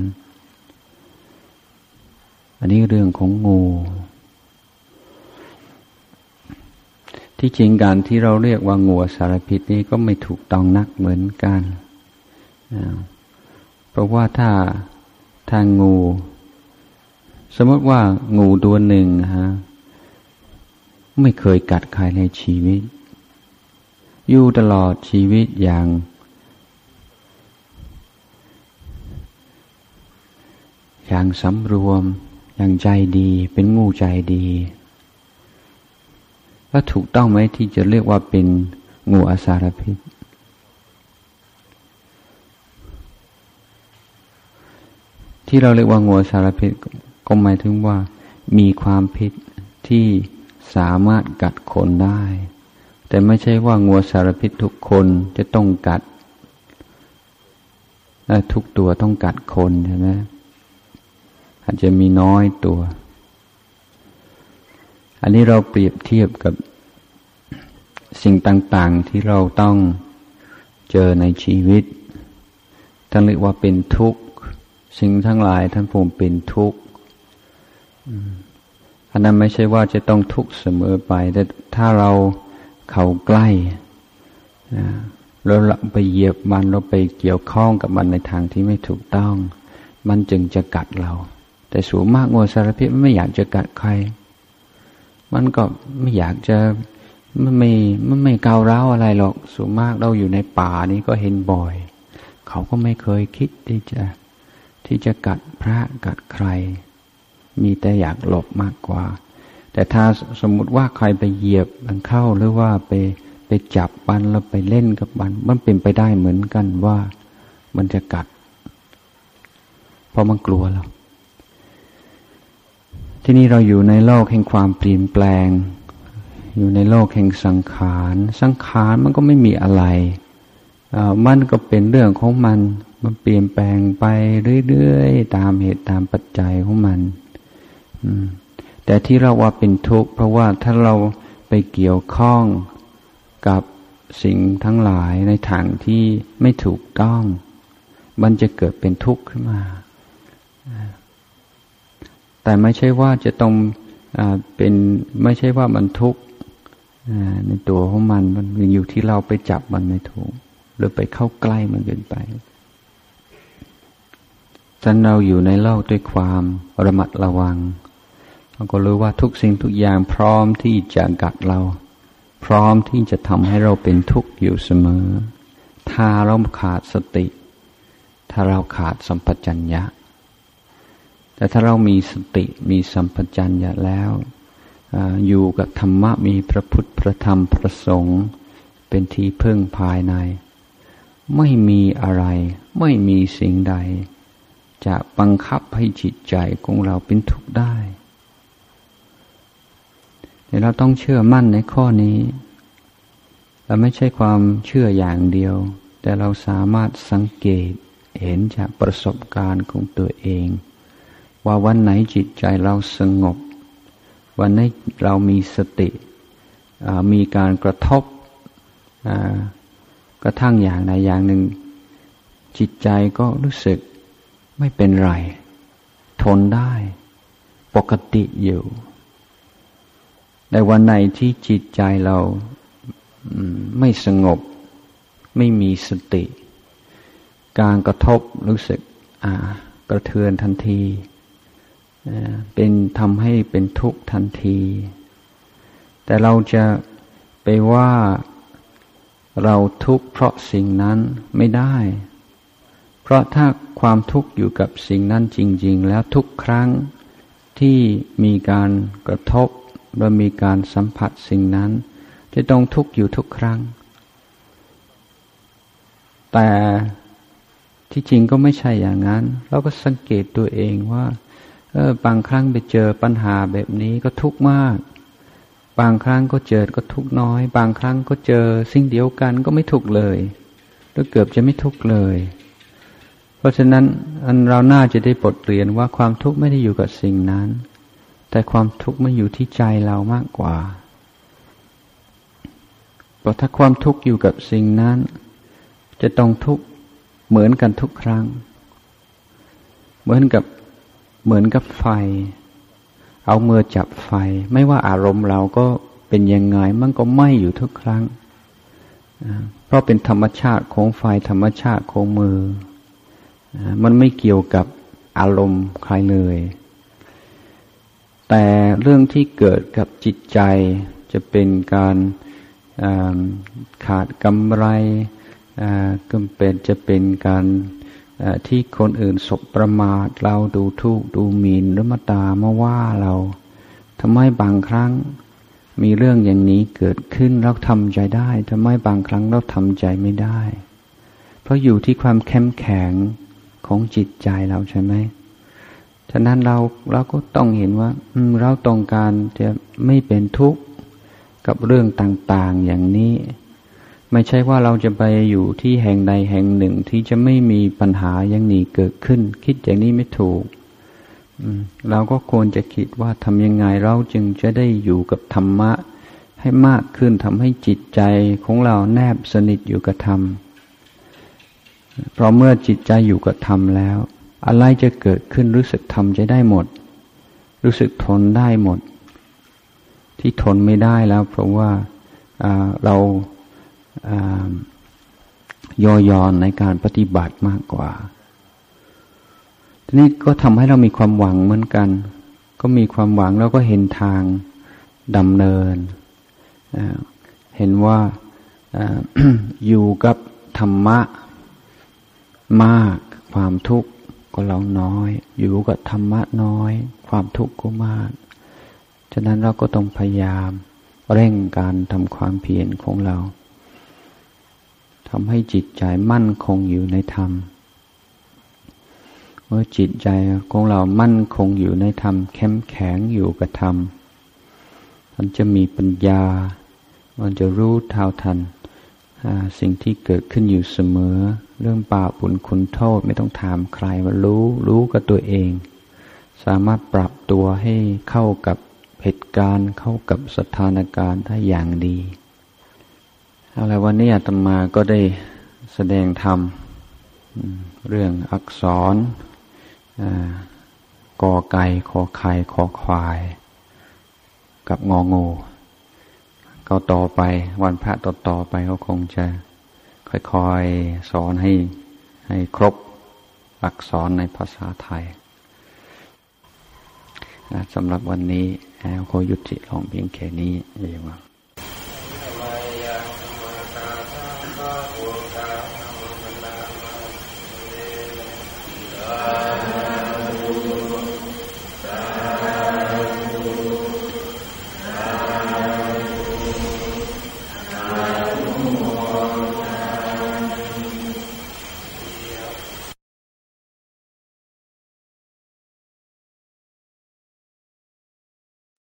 อันนี้เรื่องของงูที่จริงการที่เราเรียกว่างูสารพิษนี้ก็ไม่ถูกต้องนักเหมือนกันเพราะว่าถ้าถ้างูสมมติว่างูตัวหนึ่งฮะไม่เคยกัดใครในชีวิตอยู่ตลอดชีวิตอย่างอย่างสำรวมอย่างใจดีเป็นงูใจดีแล้วถูกต้องไหมที่จะเรียกว่าเป็นงูอสารพิษที่เราเรียกว่างูอสารพิษก็หมายถึงว่ามีความพิษที่สามารถกัดคนได้แต่ไม่ใช่ว่างูสารพิษทุกคนจะต้องกัดและทุกตัวต้องกัดคนใช่ไหมอาจจะมีน้อยตัวอันนี้เราเปรียบเทียบกับสิ่งต่างๆที่เราต้องเจอในชีวิตท่านเรียกว่าเป็นทุกข์สิ่งทั้งหลายท่านพูดเป็นทุกข์อันนั้นไม่ใช่ว่าจะต้องทุกข์เสมอไปแต่ถ้าเราเข้าใกล้แล้วเราไปเหยียบมันเราไปเกี่ยวข้องกับมันในทางที่ไม่ถูกต้องมันจึงจะกัดเราแต่ส่วนมากงูสารพิษมันไม่อยากจะกัดใครมันก็ไม่อยากจะมันไม่มันไม่ก้าวร้าวอะไรหรอกส่วนมากเราอยู่ในป่านี้ก็เห็นบ่อยเขาก็ไม่เคยคิดที่จะที่จะกัดพระกัดใครมีแต่อยากหลบมากกว่าแต่ถ้าสมมุติว่าใครไปเหยียบมันเข้าหรือว่าไปไปจับมันแล้วไปเล่นกับมันมันเป็นไปได้เหมือนกันว่ามันจะกัดเพราะมันกลัวเราที่นี่เราอยู่ในโลกแห่งความเปลี่ยนแปลงอยู่ในโลกแห่งสังขารสังขารมันก็ไม่มีอะไรมันก็เป็นเรื่องของมันมันเปลี่ยนแปลงไปเรื่อยๆตามเหตุตามปัจจัยของมันแต่ที่เราว่าเป็นทุกข์เพราะว่าถ้าเราไปเกี่ยวข้องกับสิ่งทั้งหลายในทางที่ไม่ถูกต้องมันจะเกิดเป็นทุกข์ขึ้นมาแต่ไม่ใช่ว่าจะต้องเป็นไม่ใช่ว่ามันทุกข์ในตัวของมันมันอยู่ที่เราไปจับมันไม่ถูกหรือไปเข้าใกล้มันเกินไปฉะนั้นเราอยู่ในโลกด้วยความระมัดระวังเราก็รู้ว่าทุกสิ่งทุกอย่างพร้อมที่จะกัดเราพร้อมที่จะทำให้เราเป็นทุกข์อยู่เสมอถ้าเราขาดสติถ้าเราขาดสัมปชัญญะแต่ถ้าเรามีสติมีสัมปชัญญะแล้วอยู่กับธรรมะมีพระพุทธพระธรรมพระสงฆ์เป็นที่พึ่งภายในไม่มีอะไรไม่มีสิ่งใดจะบังคับให้จิตใจของเราเป็นทุกข์ได้แต่เราต้องเชื่อมั่นในข้อนี้และไม่ใช่ความเชื่ออย่างเดียวแต่เราสามารถสังเกตเห็นจากประสบการณ์ของตัวเองว่าวันไหนจิตใจเราสงบวันไหนเรามีสติมีการกระทบกระทั่งอย่างใดอย่างหนึ่งจิตใจก็รู้สึกไม่เป็นไรทนได้ปกติอยู่แต่วันไหนที่จิตใจเราไม่สงบไม่มีสติการกระทบรู้สึกกระเทือนทันทีเป็นทำให้เป็นทุกข์ทันทีแต่เราจะไปว่าเราทุกข์เพราะสิ่งนั้นไม่ได้เพราะถ้าความทุกข์อยู่กับสิ่งนั้นจริงๆแล้วทุกครั้งที่มีการกระทบหรือมีการสัมผัสสิ่งนั้นจะต้องทุกข์อยู่ทุกครั้งแต่ที่จริงก็ไม่ใช่อย่างนั้นเราก็สังเกตตัวเองว่าเออบางครั้งไปเจอปัญหาแบบนี้ก็ทุกข์มากบางครั้งก็เจอก็ทุกข์น้อยบางครั้งก็เจอสิ่งเดียวกันก็ไม่ทุกข์เลยหรือเกือบจะไม่ทุกข์เลยเพราะฉะนั้นอันเราน่าจะได้บทเรียนว่าความทุกข์ไม่ได้อยู่กับสิ่งนั้นแต่ความทุกข์มันอยู่ที่ใจเรามากกว่าเพราะถ้าความทุกข์อยู่กับสิ่งนั้นจะต้องทุกข์เหมือนกันทุกครั้งเหมือนกับเหมือนกับไฟเอามือจับไฟไม่ว่าอารมณ์เราก็เป็นยังไงมันก็ไหม้อยู่ทุกครั้งเพราะเป็นธรรมชาติของไฟธรรมชาติของมือมันไม่เกี่ยวกับอารมณ์ใครเลยแต่เรื่องที่เกิดกับจิตใจจะเป็นการขาดกำไรก็เป็นจะเป็นการที่คนอื่นสบประมาทเราดูถูกดูหมิ่นหรือมาด่ามาว่าเราทำไมบางครั้งมีเรื่องอย่างนี้เกิดขึ้นเราทำใจได้ทำไมบางครั้งเราทำใจไม่ได้เพราะอยู่ที่ความเข้มแข็งของจิตใจเราใช่ไหมฉะนั้นเราเราก็ต้องเห็นว่าเราต้องการจะไม่เป็นทุกข์กับเรื่องต่างๆอย่างนี้ไม่ใช่ว่าเราจะไปอยู่ที่แห่งใดแห่งหนึ่งที่จะไม่มีปัญหาอย่างนี้เกิดขึ้นคิดอย่างนี้ไม่ถูกเราก็ควรจะคิดว่าทำยังไงเราจึงจะได้อยู่กับธรรมะให้มากขึ้นทำให้จิตใจของเราแนบสนิทอยู่กับธรรมเพราะเมื่อจิตใจอยู่กับธรรมแล้วอะไรจะเกิดขึ้นรู้สึกทำใจได้หมดรู้สึกทนได้หมดที่ทนไม่ได้แล้วเพราะว่าเราย่อยอนในการปฏิบัติมากกว่าทีนี้ก็ทำให้เรามีความหวังเหมือนกันก็มีความหวังแล้วก็เห็นทางดำเนินเห็นว่า อยู่กับธรรมะมากความทุกข์ก็เราน้อยอยู่กับธรรมะน้อยความทุกข์ก็มากฉะนั้นเราก็ต้องพยายามเร่งการทำความเพียรของเราทำให้จิตใจมั่นคงอยู่ในธรรมเมื่อจิตใจของเรามั่นคงอยู่ในธรรมเข้มแข็งอยู่กับธรรมมันจะมีปัญญามันจะรู้เท่าทันสิ่งที่เกิดขึ้นอยู่เสมอเรื่องบาปบุญคุณโทษไม่ต้องถามใครว่ารู้รู้กับตัวเองสามารถปรับตัวให้เข้ากับเหตุการณ์เข้ากับสถานการณ์ได้อย่างดีเอาละวันนี้อาตมาก็ได้แสดงธรรมเรื่องอักษรกอไก่ขอไข่ขอควายกับงองูก็ต่อไปวันพระต่อต่อไปก็คงจะค่อยๆสอนให้ให้ครบอักษรในภาษาไทยสำหรับวันนี้ขอยุติลงเพียงแค่นี้เองว่า